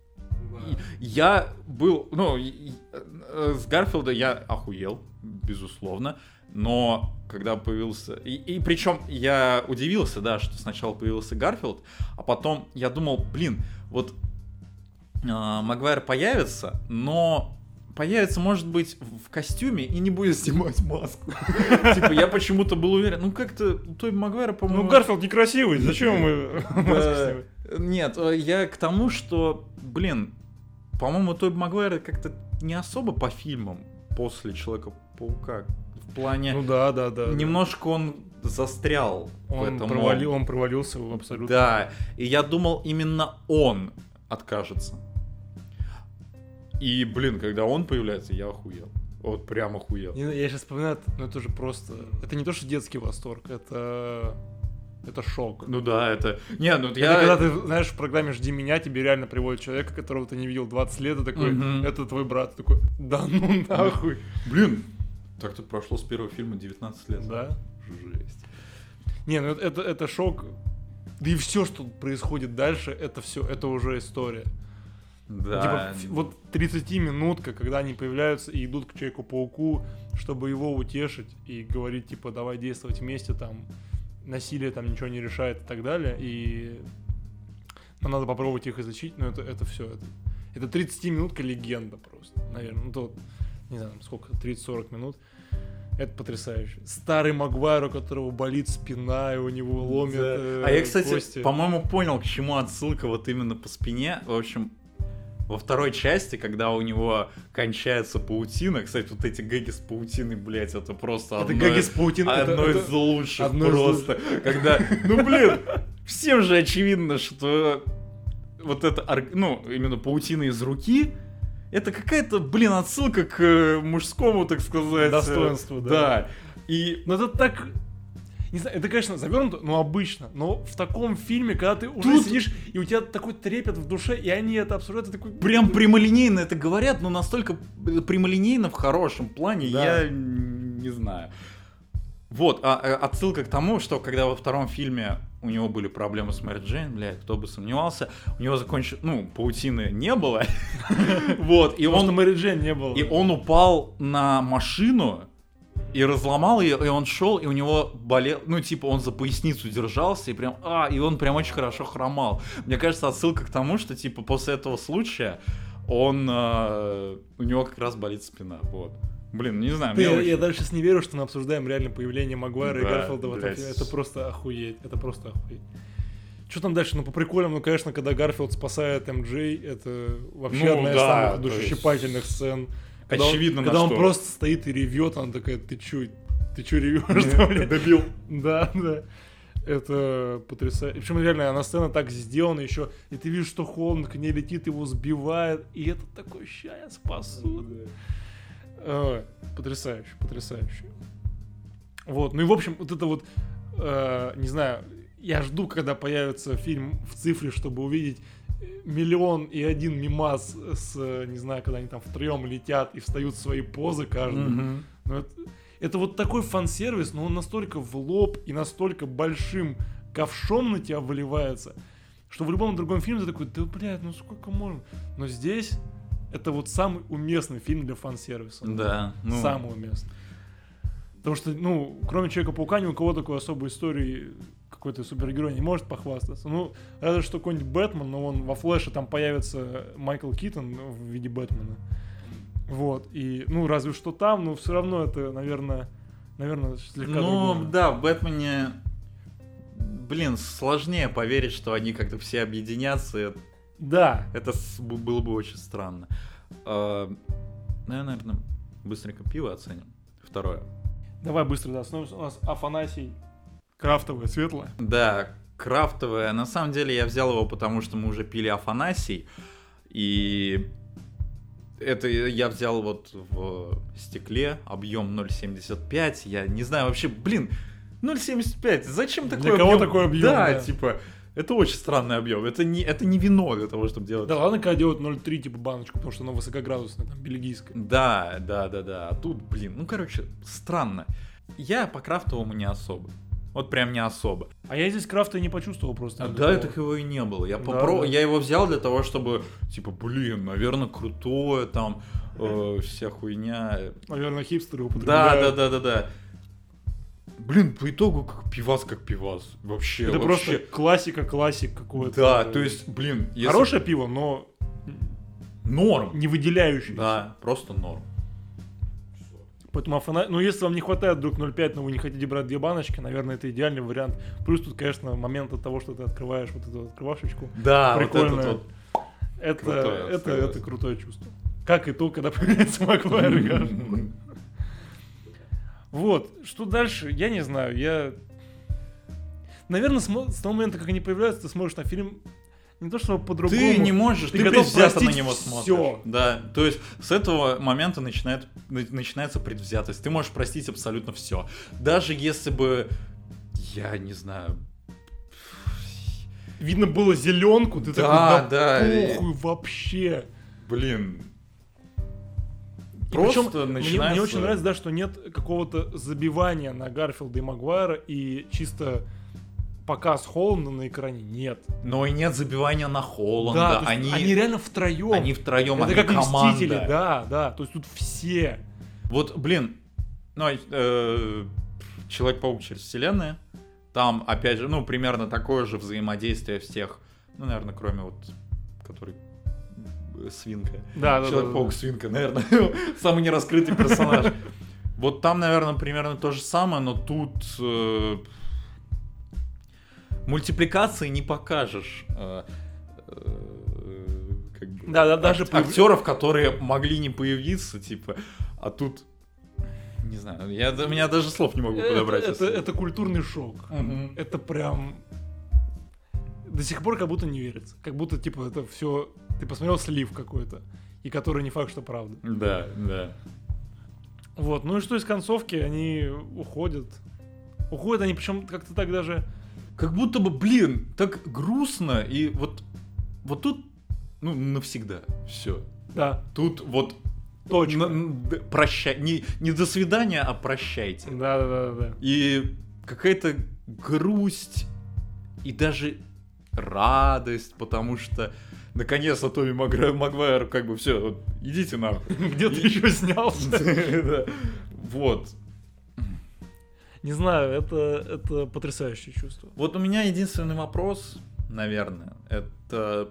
я был, с Гарфилда я охуел, безусловно. Но когда появился... И причем я удивился, да, что сначала появился Гарфилд, а потом я думал, блин, вот Магуайр появится, но появится, может быть, в костюме и не будет снимать маску. Типа, я почему-то был уверен, ну как-то у Тоби Магуайра, по-моему... Ну, Гарфилд некрасивый, зачем мы маску снимать? Нет, я к тому, что, блин, по-моему, Тоби Магуайр как-то не особо по фильмам после Человека-паука. В плане... Ну да. Немножко он застрял в этом. Он провалился абсолютно. Да, и я думал, именно он откажется. И, блин, когда он появляется, я охуел. Вот прям охуел. Я сейчас вспоминаю, это же просто... Это не то, что детский восторг, это шок. Ну да, это... Не, ну это когда ты, знаешь, в программе «Жди меня», тебе реально приводят человека, которого ты не видел 20 лет, и такой, это твой брат, такой, да ну нахуй. Блин, так тут прошло с первого фильма 19 лет. Да? Жесть. Не, ну это шок. Да и все, что происходит дальше, это все, это уже история. Да. Типа, вот 30-минутка, когда они появляются и идут к Человеку-пауку, чтобы его утешить и говорить, типа, давай действовать вместе, там, насилие там ничего не решает и так далее, и нам надо попробовать их изучить, но это все. Это 30-минутка легенда просто, наверное. Ну, то, не знаю, сколько, 30-40 минут. Это потрясающе. Старый Магуайр, у которого болит спина, и у него ломит А я, кстати, кости. по-моему, понял, к чему отсылка вот именно по спине. В общем, во второй части, когда у него кончается паутина, кстати, вот эти гэги с паутиной, блядь, это просто Это гэги с паутиной. одно из лучших одно из просто. Когда, ну, блин, всем же очевидно, что вот это, ну, именно паутина из руки, это какая-то, блин, отсылка к мужскому, так сказать... Достоинству, да. Да. И... Ну это так... Не знаю, это, конечно, завернуто, но обычно. Но в таком фильме, когда ты уже Тут- сидишь, и у тебя такой трепет в душе, и они это обсуждают, ты такой... Прям прямолинейно это говорят, но настолько прямолинейно в хорошем плане, Да. я не знаю. Вот, отсылка к тому, что когда во втором фильме у него были проблемы с Мэри Джейн, блядь, кто бы сомневался, у него паутины не было. Вот, и Потому что он Мэри Джейн не было. И он упал на машину и разломал ее, и он шел, и у него болел, ну, типа, он за поясницу держался, и прям, и он прям очень хорошо хромал. Мне кажется, отсылка к тому, что, типа, после этого случая у него как раз болит спина, вот. Блин, не знаю, мне Я очень... дальше не верю, что мы обсуждаем реально появление Магуайра и Да, Гарфилда в этом блядь. фильме. Это просто охуеть. Это просто охуеть. Что там дальше? Ну, по приколям, ну, конечно, когда Гарфилд спасает МД, это вообще Ну, одна из да, самых то есть душещипательных сцен. Когда он- Очевидно, на когда он что. просто стоит и ревет, она такая, ты чё ревешь, что ли? Дебил. Да, да. Это потрясающе. Причем реально, она сцена так сделана еще, и ты видишь, что Холланд к ней летит, его сбивает, и это такой, ща я спасу. Ой, потрясающе, потрясающе. Вот, ну и в общем, вот это вот, не знаю, я жду, когда появится фильм в цифре, чтобы увидеть 1,000,001 мимас с, не знаю, когда они там втроем летят и встают в свои позы каждый. Мгм. Ну, это вот такой фан-сервис, но он настолько в лоб и настолько большим ковшом на тебя выливается, что в любом другом фильме ты такой, да, блядь, ну сколько можно? Но здесь это вот самый уместный фильм для фан-сервиса. Да. ну, Самый уместный. Потому что, ну, кроме Человека-паука, ни у кого такой особой истории какой-то супергерой не может похвастаться. Ну, разве что какой-нибудь Бэтмен, но он во Флэше там появится Майкл Китон в виде Бэтмена. Вот, и, ну, разве что там, но все равно это, наверное, слегка Ну, другое. да, в Бэтмене, блин, сложнее поверить, что они как-то все объединятся. Да, Это было бы очень странно. Наверное, быстренько пиво оценим. Второе. давай быстро, да, снова у нас Афанасий, крафтовое, светлое. Да, крафтовое. На самом деле я взял его, потому что мы уже пили Афанасий. И это я взял вот в стекле, объем 0,75. Я не знаю вообще, блин, 0,75. Зачем такой Для кого такой объем, Да, да. типа, это очень странный объем. Это не вино для того, чтобы делать. Да ладно, когда делают 0,3 типа баночку, потому что оно высокоградусное, там, бельгийское. Да. А тут, блин, ну короче, странно. Я по крафтовому не особо. Вот прям не особо. А я здесь крафта и не почувствовал просто. Да, никакого. так его и не было. Я Да. я его взял для того, чтобы, типа, блин, наверное, крутое, там, вся хуйня. Наверное, хипстеры употребляют. Да. Блин, по итогу как пивас. Вообще, Это вообще. просто классик какой-то. Да, то есть, блин, если... Хорошее пиво, но Норм. не выделяющееся. Да, просто норм. Поэтому ну, если вам не хватает вдруг 0,5, но вы не хотите брать 2 баночки, наверное, это идеальный вариант. Плюс тут, конечно, момент от того, что ты открываешь вот эту открывашечку. Да, Прикольно. вот этот вот. Это крутое чувство. Как и то, когда появляется Магуайр и Гарфилд. Вот, что дальше, я не знаю, наверное, с того момента, как они появляются, ты смотришь на фильм не то, что по-другому. Ты не можешь, ты готов предвзято на простить него всё. смотришь. Да, то есть с этого момента начинается предвзятость. Ты можешь простить абсолютно все. Даже если бы, я не знаю... Видно было зеленку, ты Да, такой, да, похуй вообще. Блин. И причем Просто мне начинается... очень нравится, да, что нет какого-то забивания на Гарфилда и Магуайра, и чисто показ Холланда на экране нет. Но и нет забивания на Холланда. Да, то есть они реально втроем. Они втроем, Это они как и команда. Мстители, да. То есть тут все. Вот, блин, Человек-паук через вселенные. Там, опять же, примерно такое же взаимодействие всех. Наверное, кроме вот, который свинка. Да. Человек-паук свинка, наверное, самый нераскрытый персонаж. Вот там, наверное, примерно то же самое, но тут мультипликации не покажешь. Как бы, Да, даже актеров, которые могли не появиться, типа, а тут, не знаю, у меня даже слов не могу подобрать. Это культурный шок. Угу. Это прям до сих пор как будто не верится, как будто типа это все ты посмотрел слив какой-то, и который не факт, что правда. Да. Вот, ну и что из концовки, они уходят. Уходят они, причем как-то так даже... Как будто бы, блин, так грустно, и вот тут, ну, навсегда, все. Да. Тут вот... Точно. Прощай. Не до свидания, а прощайте. Да. И какая-то грусть, и даже радость, потому что наконец-то Тоби Магуайр как бы все, вот, идите нахуй. Где ты еще снялся? Вот. Не знаю, это потрясающее чувство. Вот у меня единственный вопрос, наверное, это...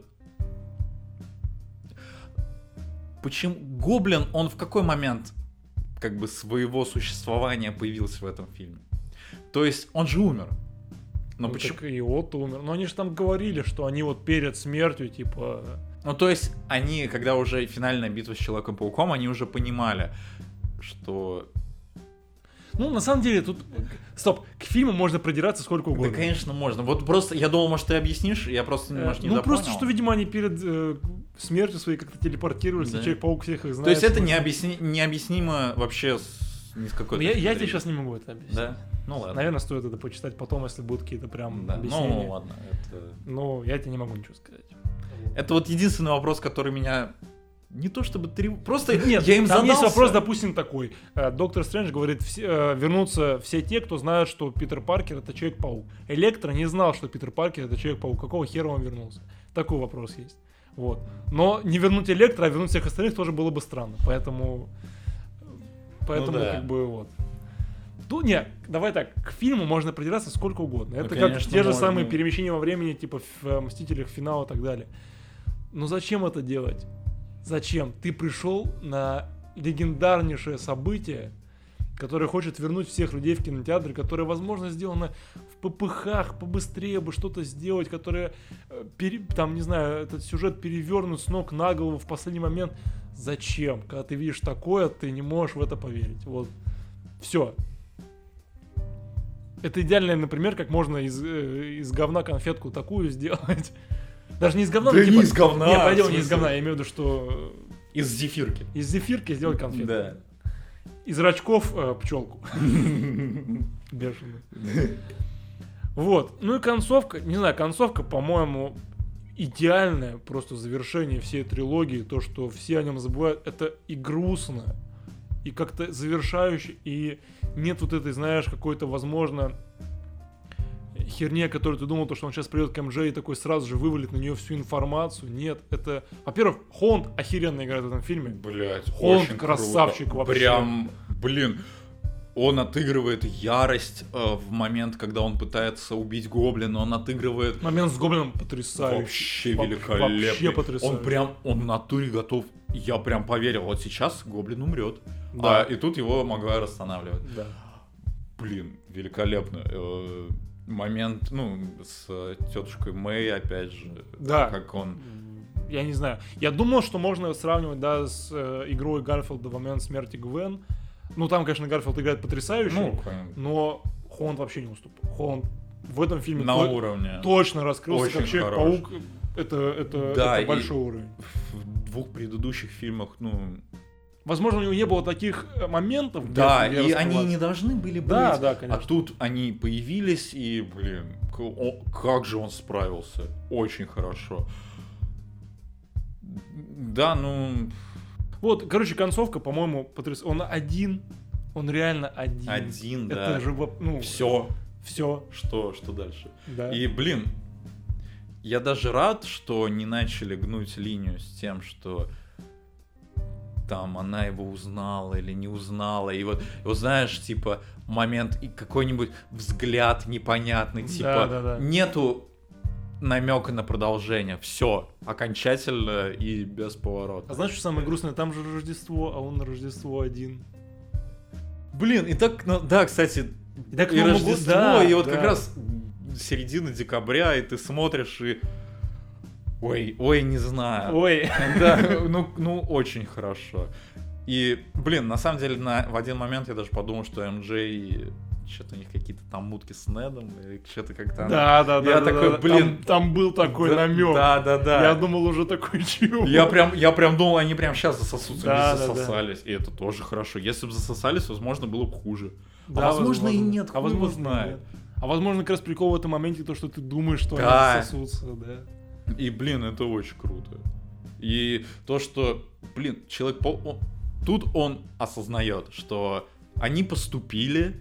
Почему Гоблин, он в какой момент как бы своего существования появился в этом фильме? То есть он же умер. Но ну, почему? Так и Отто умер. Но они же там говорили, что они вот перед смертью, типа... Ну, то есть они, когда уже финальная битва с Человеком-пауком, они уже понимали, что... Ну, на самом деле, тут... Стоп, к фильму можно продираться сколько угодно. Да, конечно, можно. Вот просто, я думал, может, ты объяснишь, я просто немножко не Ну, допонял. просто, что, видимо, они перед смертью своей как-то телепортировались, Да. и Человек-паук всех их знает. То есть это необъяснимо вообще ни с какой Я точки тебе зрения. сейчас не могу это объяснить. Да? Ну ладно. Наверное, стоит это почитать потом, если будут какие-то прям Да. объяснения. Ну ладно. Но я тебе не могу ничего сказать. Это вот единственный вопрос, который меня... Не то чтобы просто Нет, я им там задался. есть вопрос, допустим, такой. Доктор Стрэндж говорит, вернутся все те, кто знают, что Питер Паркер — это Человек-паук. Электро не знал, что Питер Паркер — это Человек-паук. Какого хера он вернулся? Такой вопрос есть. Вот. Но не вернуть Электро, а вернуть всех остальных тоже было бы странно. Поэтому да. как бы вот. Ну, не, давай так, к фильму можно придираться сколько угодно. Это как конечно, те же можно. самые перемещения во времени, типа в «Мстителях», финал и так далее. Но зачем это делать? Зачем? Ты пришел на легендарнейшее событие, которое хочет вернуть всех людей в кинотеатры, которое, возможно, сделано в ППХ, побыстрее бы что-то сделать, которое, там, не знаю, этот сюжет перевернут с ног на голову в последний момент. Зачем? Когда ты видишь такое, ты не можешь в это поверить. Вот. Все. Это идеальный, например, как можно из говна конфетку такую сделать. Даже не из говна, Да но, не типа... из говна. Нет, пойдем в не из смысле? говна, я имею в виду, что Из зефирки. из зефирки сделать конфетку. Да. Из рачков пчелку. Бешеную. Вот. Ну и концовка, не знаю, концовка, по-моему, идеальное просто завершение всей трилогии. То, что все о нем забывают, это и грустно, и как-то завершающе, и нет вот этой, знаешь, какой-то, возможно, херни, о которой ты думал, то, что он сейчас придет к МЖ и такой сразу же вывалит на нее всю информацию. Нет, это... Во-первых, Холланд охеренно играет в этом фильме. Блять, Холланд очень красавчик круто. вообще. Прям, блин, он отыгрывает ярость в момент, когда он пытается убить гоблина, он отыгрывает... Момент с Гоблином потрясающий. Вообще великолепный. Вообще потрясающий. Он в натуре готов. Я прям поверил, вот сейчас гоблин умрет. Да. И тут его Магуайр останавливает. Да. Блин, великолепно. Момент, ну, с тетушкой Мэй, опять же, Да. как он... Я не знаю. Я думал, что можно сравнивать, да, с игрой Гарфилда в момент смерти Гвен. Ну, там, конечно, Гарфилд играет потрясающе, Ну, конечно. но Холланд вообще не уступал. Холланд в этом фильме На уровне. точно раскрылся Очень как Человек-паук. Это Да, большой уровень. В двух предыдущих фильмах, ну... Возможно, у него не было таких моментов. Да, где и они раскрываться. не должны были быть. Да, да, конечно. А тут они появились, и, блин, как же он справился. Очень хорошо. Да, ну... Вот, короче, концовка, по-моему, потрясающая. Он один, он реально один. Один, Это да. же, ну... Все. Все. Что дальше? Да. И, блин, я даже рад, что не начали гнуть линию с тем, что там она его узнала или не узнала. И вот знаешь, типа, момент и какой-нибудь взгляд непонятный, типа, Да. нету намека на продолжение. Все, окончательно и без поворота. А знаешь, что самое грустное? Там же Рождество, а он на Рождество один. Блин, и так, ну, да, кстати, Так и Новый год, Рождество, да, и вот да. как раз середина декабря, и ты смотришь, и... Ой, не знаю. Ой. Да, ну, очень хорошо. И, блин, на самом деле, в один момент я даже подумал, что MJ... Что-то у них какие-то там мутки с Недом, и что-то как-то... Да. Я такой, блин... Там был такой намек. Да. Я думал уже такой чего. Я прям думал, они прям сейчас засосутся, Да, они да, засосались. И это тоже хорошо. Если бы засосались, возможно, было бы хуже. Да, возможно, и нет, а хуй его возможно, знает. нет. А возможно, как раз прикол в этом моменте то, что ты думаешь, что Да. они засосутся, да. И, блин, это очень круто. И то, что, блин, тут он осознает, что они поступили,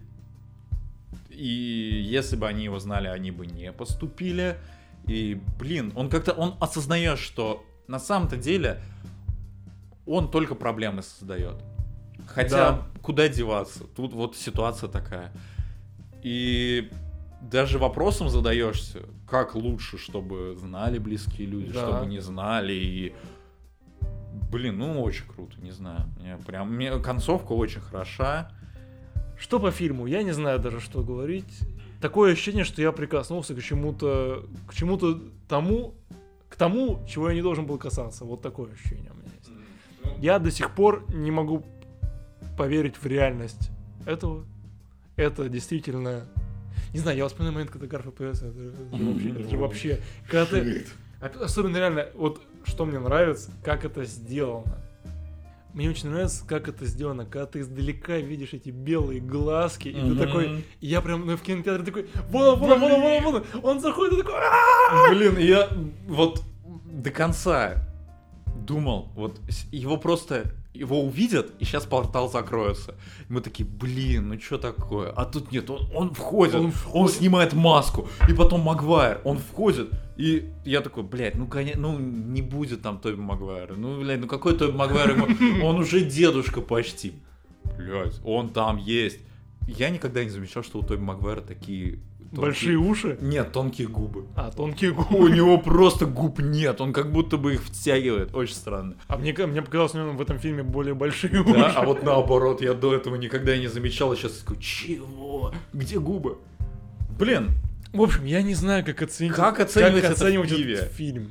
и если бы они его знали, они бы не поступили. И, блин, он осознает, что на самом-то деле он только проблемы создает. Хотя, Да. куда деваться? Тут вот ситуация такая. И даже вопросом задаешься, как лучше, чтобы знали близкие люди, Да. чтобы не знали. И, блин, ну очень круто, не знаю. Мне концовка очень хороша. Что по фильму? Я не знаю даже, что говорить. Такое ощущение, что я прикоснулся к чему-то тому, чего я не должен был касаться. Вот такое ощущение у меня есть. Я до сих пор не могу поверить в реальность этого. Это действительно... Не знаю, я вспоминаю момент, когда Гарфилд появился. Это вообще... Когда ты... Особенно реально, вот что мне нравится, как это сделано. Мне очень нравится, как это сделано, когда ты издалека видишь эти белые глазки, и ты такой... И я прям в кинотеатре такой... Вон! Он заходит и такой... Блин, я вот до конца думал, вот его увидят, и сейчас портал закроется. И мы такие, блин, ну что такое? А тут нет, он входит, он снимает маску, и потом Магуайр, он входит, и я такой, блядь, ну конечно, ну не будет там Тоби Магуайра, ну блядь, ну какой Тоби Магуайр, он уже дедушка почти. Блядь, он там есть. Я никогда не замечал, что у Тоби Магуайра такие... Большие уши? Нет, тонкие губы. А, тонкие губы. У него просто губ нет, он как будто бы их втягивает, очень странно. А мне показалось, у него в этом фильме более большие уши. Да, а вот наоборот, я до этого никогда не замечал, а сейчас такой, чего? Где губы? Блин. В общем, я не знаю, как оценить этот фильм.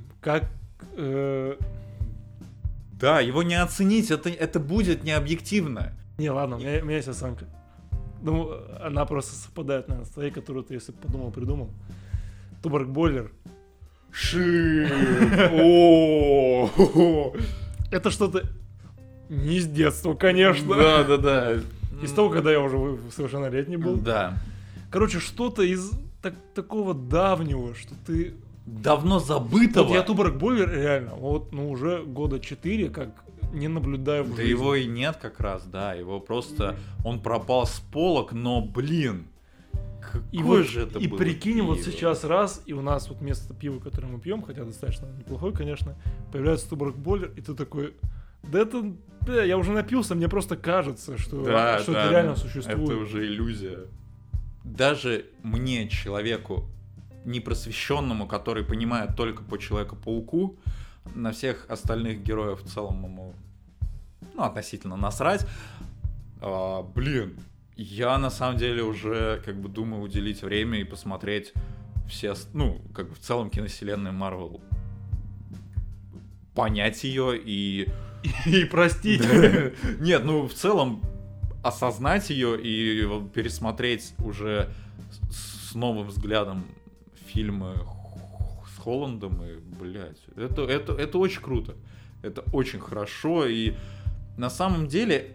Да, его не оценить, это будет не объективно. Не, ладно, у меня есть оценка. Ну, она просто совпадает, наверное, с твоей, которую ты, если бы подумал, придумал. Туборг Бойлер. Это что-то не из детства, конечно. Да. Из того, когда я уже совершеннолетний был. Да. Короче, что-то из такого давнего, что ты... Давно забытого. Вот я Туборг Бойлер реально, вот, ну, уже года 4, как не наблюдаю в жизни. Да его и нет как раз, да, его просто... Он пропал с полок, но, блин, какой же это и было прикинь, пиво. вот сейчас раз, и у нас вот вместо пива, которое мы пьем, хотя достаточно неплохой, конечно, появляется Туборг Бойлер, и ты такой, да это, бля, я уже напился, мне просто кажется, что это реально существует. Это уже иллюзия. Даже мне, человеку непросвещенному, который понимает только по Человеку-пауку, на всех остальных героев в целом ему, ну, относительно насрать. Блин, я на самом деле уже как бы думаю уделить время и посмотреть все, ну, как бы в целом киновселенную Марвел, понять ее и простить. Нет, ну в целом осознать ее и пересмотреть уже с новым взглядом фильмы с Холландом, и, блядь, это очень круто. Это очень хорошо, и на самом деле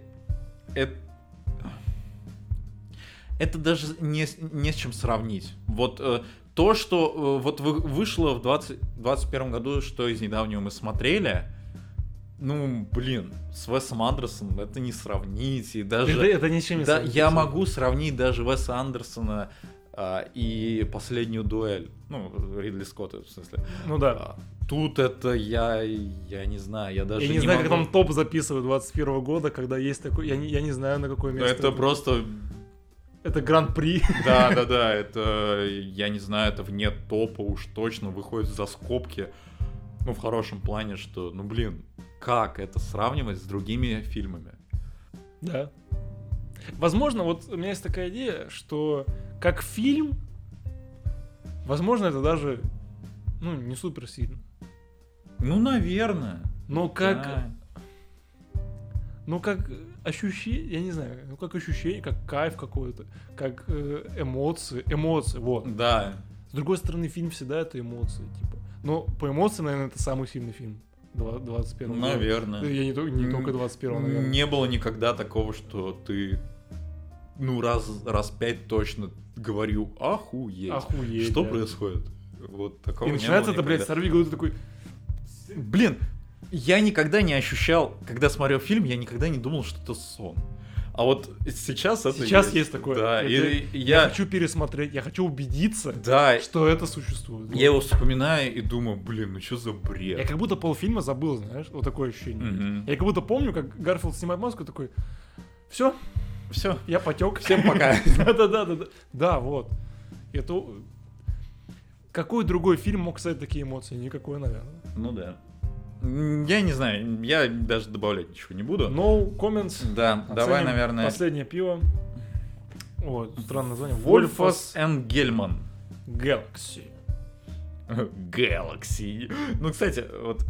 это даже не с чем сравнить. Вот то, что вот вышло в 2021 году, что из недавнего мы смотрели, ну, блин, с Уэсом Андерсоном это не сравнить. И даже, это ни с чем не да, сравнить. я могу сравнить даже Уэса Андерсона и «Последнюю дуэль». Ну, Ридли Скотта, в смысле. Ну да. Тут это я не знаю, я даже я не знаю, как там топ записывают 21 года, когда есть такой... Я не знаю, на какое место. Это просто... Это гран-при. Да, это, я не знаю, это вне топа уж точно, выходит за скобки. Ну, в хорошем плане, что, ну, блин, как это сравнивать с другими фильмами? Да. Возможно, вот у меня есть такая идея, что как фильм, возможно, это даже, ну, не супер сильно. Ну, наверное. Но как... Да. Ну, как ощущение, я не знаю, ну, как ощущение, как кайф какой-то, как эмоции, вот. Да. С другой стороны, фильм всегда это эмоции, типа. Но по эмоциям, наверное, это самый сильный фильм 21 года. Наверное. Я не только 21, наверное. Не было никогда такого, что ты, ну, раз 5 точно говорю, охуеть. Что да. происходит? Вот такого И не начинается было это, блядь, никогда. сорви голову, ты такой... Блин, я никогда не ощущал, когда смотрел фильм, я никогда не думал, что это сон. А вот сейчас это Сейчас есть такое. Да, и Я хочу пересмотреть, я хочу убедиться, да, что это существует. я его вспоминаю и думаю, блин, ну что за бред? Я как будто полфильма забыл, знаешь, вот такое ощущение. Мгм. Я как будто помню, как Гарфилд снимает маску, такой, все, Все, я потек. всем пока. Да. Да, вот. Это... Какой другой фильм мог создать такие эмоции? Никакой, наверное. Ну да. Я не знаю, я даже добавлять ничего не буду. No comments. Да, давай, Оценим наверное, Последнее пиво. Вот, странное название. Вольфас and Гельман. Galaxy. Galaxy. Ну, кстати, вот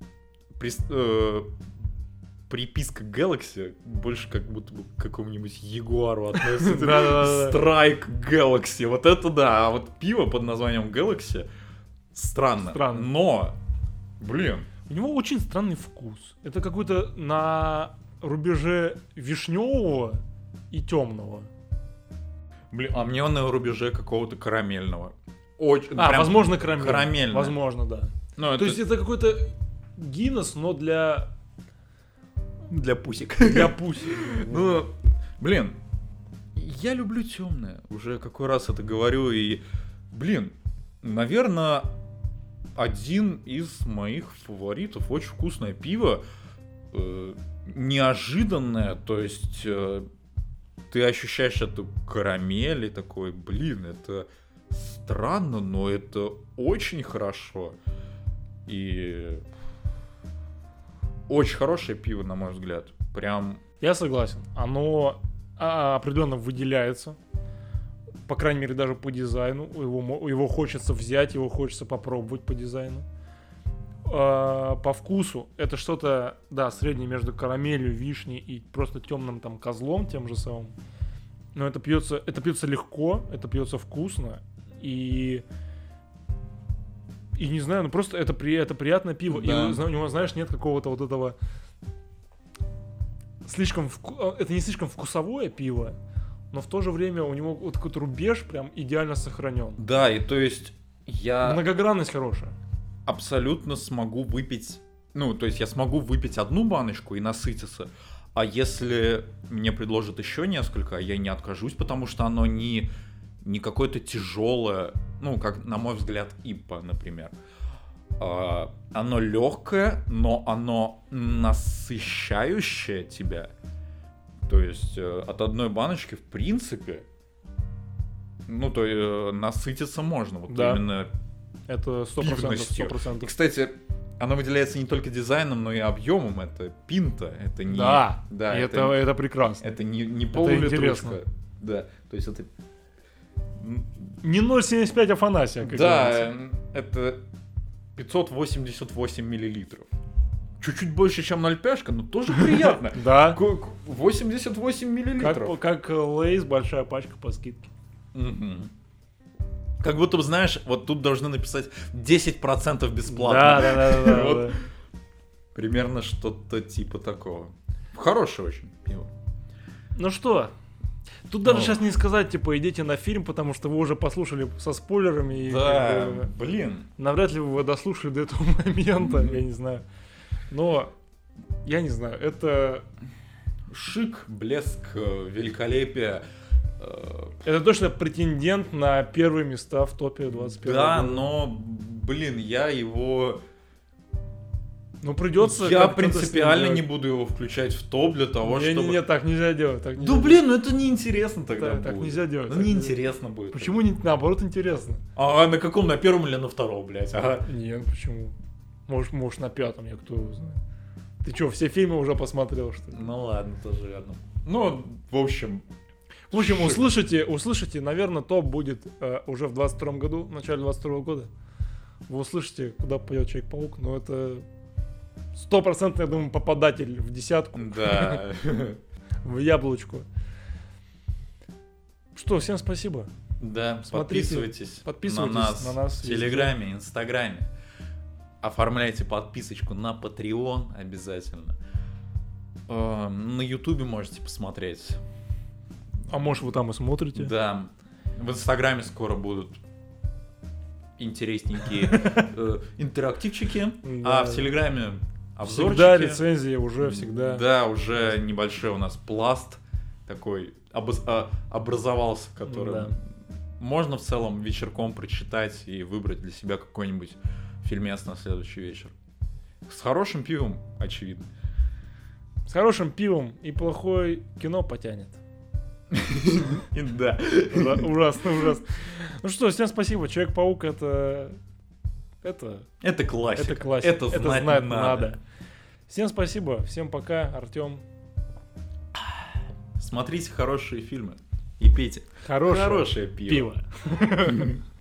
приписка Galaxy больше как будто бы к какому-нибудь Ягуару относится. Да-да-да. Strike Galaxy. Вот это да. А вот пиво под названием Galaxy странно. Странно. Но, блин, У него очень странный вкус. Это какой-то на рубеже вишневого и темного. а мне он на рубеже какого-то карамельного. Очень, прям возможно, карамель. карамельное. Возможно, да. Ну, То есть это какой-то Гиннес, но для пусик. пуси. Ну, блин, я люблю темное. Уже какой раз это говорю. И, блин, наверное, один из моих фаворитов. Очень вкусное пиво. Неожиданное. То есть ты ощущаешь эту карамель и такой, блин, это странно, но это очень хорошо. И очень хорошее пиво, на мой взгляд. Прям... Я согласен. Оно определенно выделяется. По крайней мере, даже по дизайну. Его хочется взять, его хочется попробовать по дизайну. По вкусу это что-то, да, среднее между карамелью, вишней и просто темным там козлом тем же самым. Но это пьется легко, это пьется вкусно. И не знаю, ну просто это приятное пиво. Да. И у него, знаешь, нет какого-то вот этого... Это не слишком вкусовое пиво, но в то же время у него вот какой-то рубеж прям идеально сохранен. Да, и то есть я Многогранность хорошая. абсолютно смогу выпить... Ну, то есть я смогу выпить одну баночку и насытиться. А если мне предложат еще несколько, я не откажусь, потому что оно не какое-то тяжелое, ну, как, на мой взгляд, ИПА, например. Оно легкое, но оно насыщающее тебя. То есть от одной баночки, в принципе, ну, то насытиться можно. Вот Да. именно Это 100%. пивностью. 100%. И, кстати, оно выделяется не только дизайном, но и объемом. Это пинта, это не... Да, да, это прекрасно. это не полулитрушка. интересно. Да, то есть это... Не 0,75 Афанасия, как Да, говорится. это 588 миллилитров. Чуть-чуть больше, чем 0,5, но тоже приятно. Да. 88 миллилитров. Как Лейс, большая пачка по скидке. Мгм. Как будто бы, знаешь, вот тут должны написать 10% бесплатно. Да. Вот. Примерно что-то типа такого. Хорошее очень пиво. Ну что, тут даже Ну. сейчас не сказать, типа, идите на фильм, потому что вы уже послушали со спойлерами. И Да, как бы, блин. навряд ли вы дослушали до этого момента, я не знаю. Но, я не знаю, это Шик, блеск, великолепие. точно претендент на первые места в топе 21 Да, года. но, блин, я его... Ну, придется... Я как-то принципиально с ним не делать. буду его включать в топ для того, чтобы... Не, так нельзя делать. Так нельзя Да блин, ну это неинтересно тогда Так- будет. так нельзя делать, Ну так нельзя. неинтересно будет. Почему не, наоборот, интересно? А на каком? На первом или на втором, блядь? Ага. Нет, почему? Может, на пятом, я кто его знает. Ты что, все фильмы уже посмотрел, что ли? Ну ладно, тоже верно. Ну, в общем, услышите, наверное, топ будет уже в 22 году, в начале 22 года. Вы услышите, куда пойдет Человек-паук, но это 100%, я думаю, попадатель в десятку. да. В яблочку. Что, всем спасибо. Да, Смотрите, подписывайтесь на нас в везде. Телеграме, Инстаграме. Оформляйте подписочку на Patreon обязательно. На Ютубе можете посмотреть. А может, вы там и смотрите? Да. В Инстаграме скоро будут интересненькие интерактивчики, Да. а в Телеграме обзорчики. Всегда рецензии, уже всегда. Да, уже небольшой у нас пласт такой образовался, который Да. можно в целом вечерком прочитать и выбрать для себя какой-нибудь фильмец на следующий вечер. С хорошим пивом, очевидно. С хорошим пивом и плохое кино потянет. Да. Ужасно. Ну что, всем спасибо. Человек-паук это Это классика. Это классика. Это знать надо. Всем спасибо. Всем пока. Артем. Смотрите хорошие фильмы и пейте Хорошее хорошее пиво. пиво.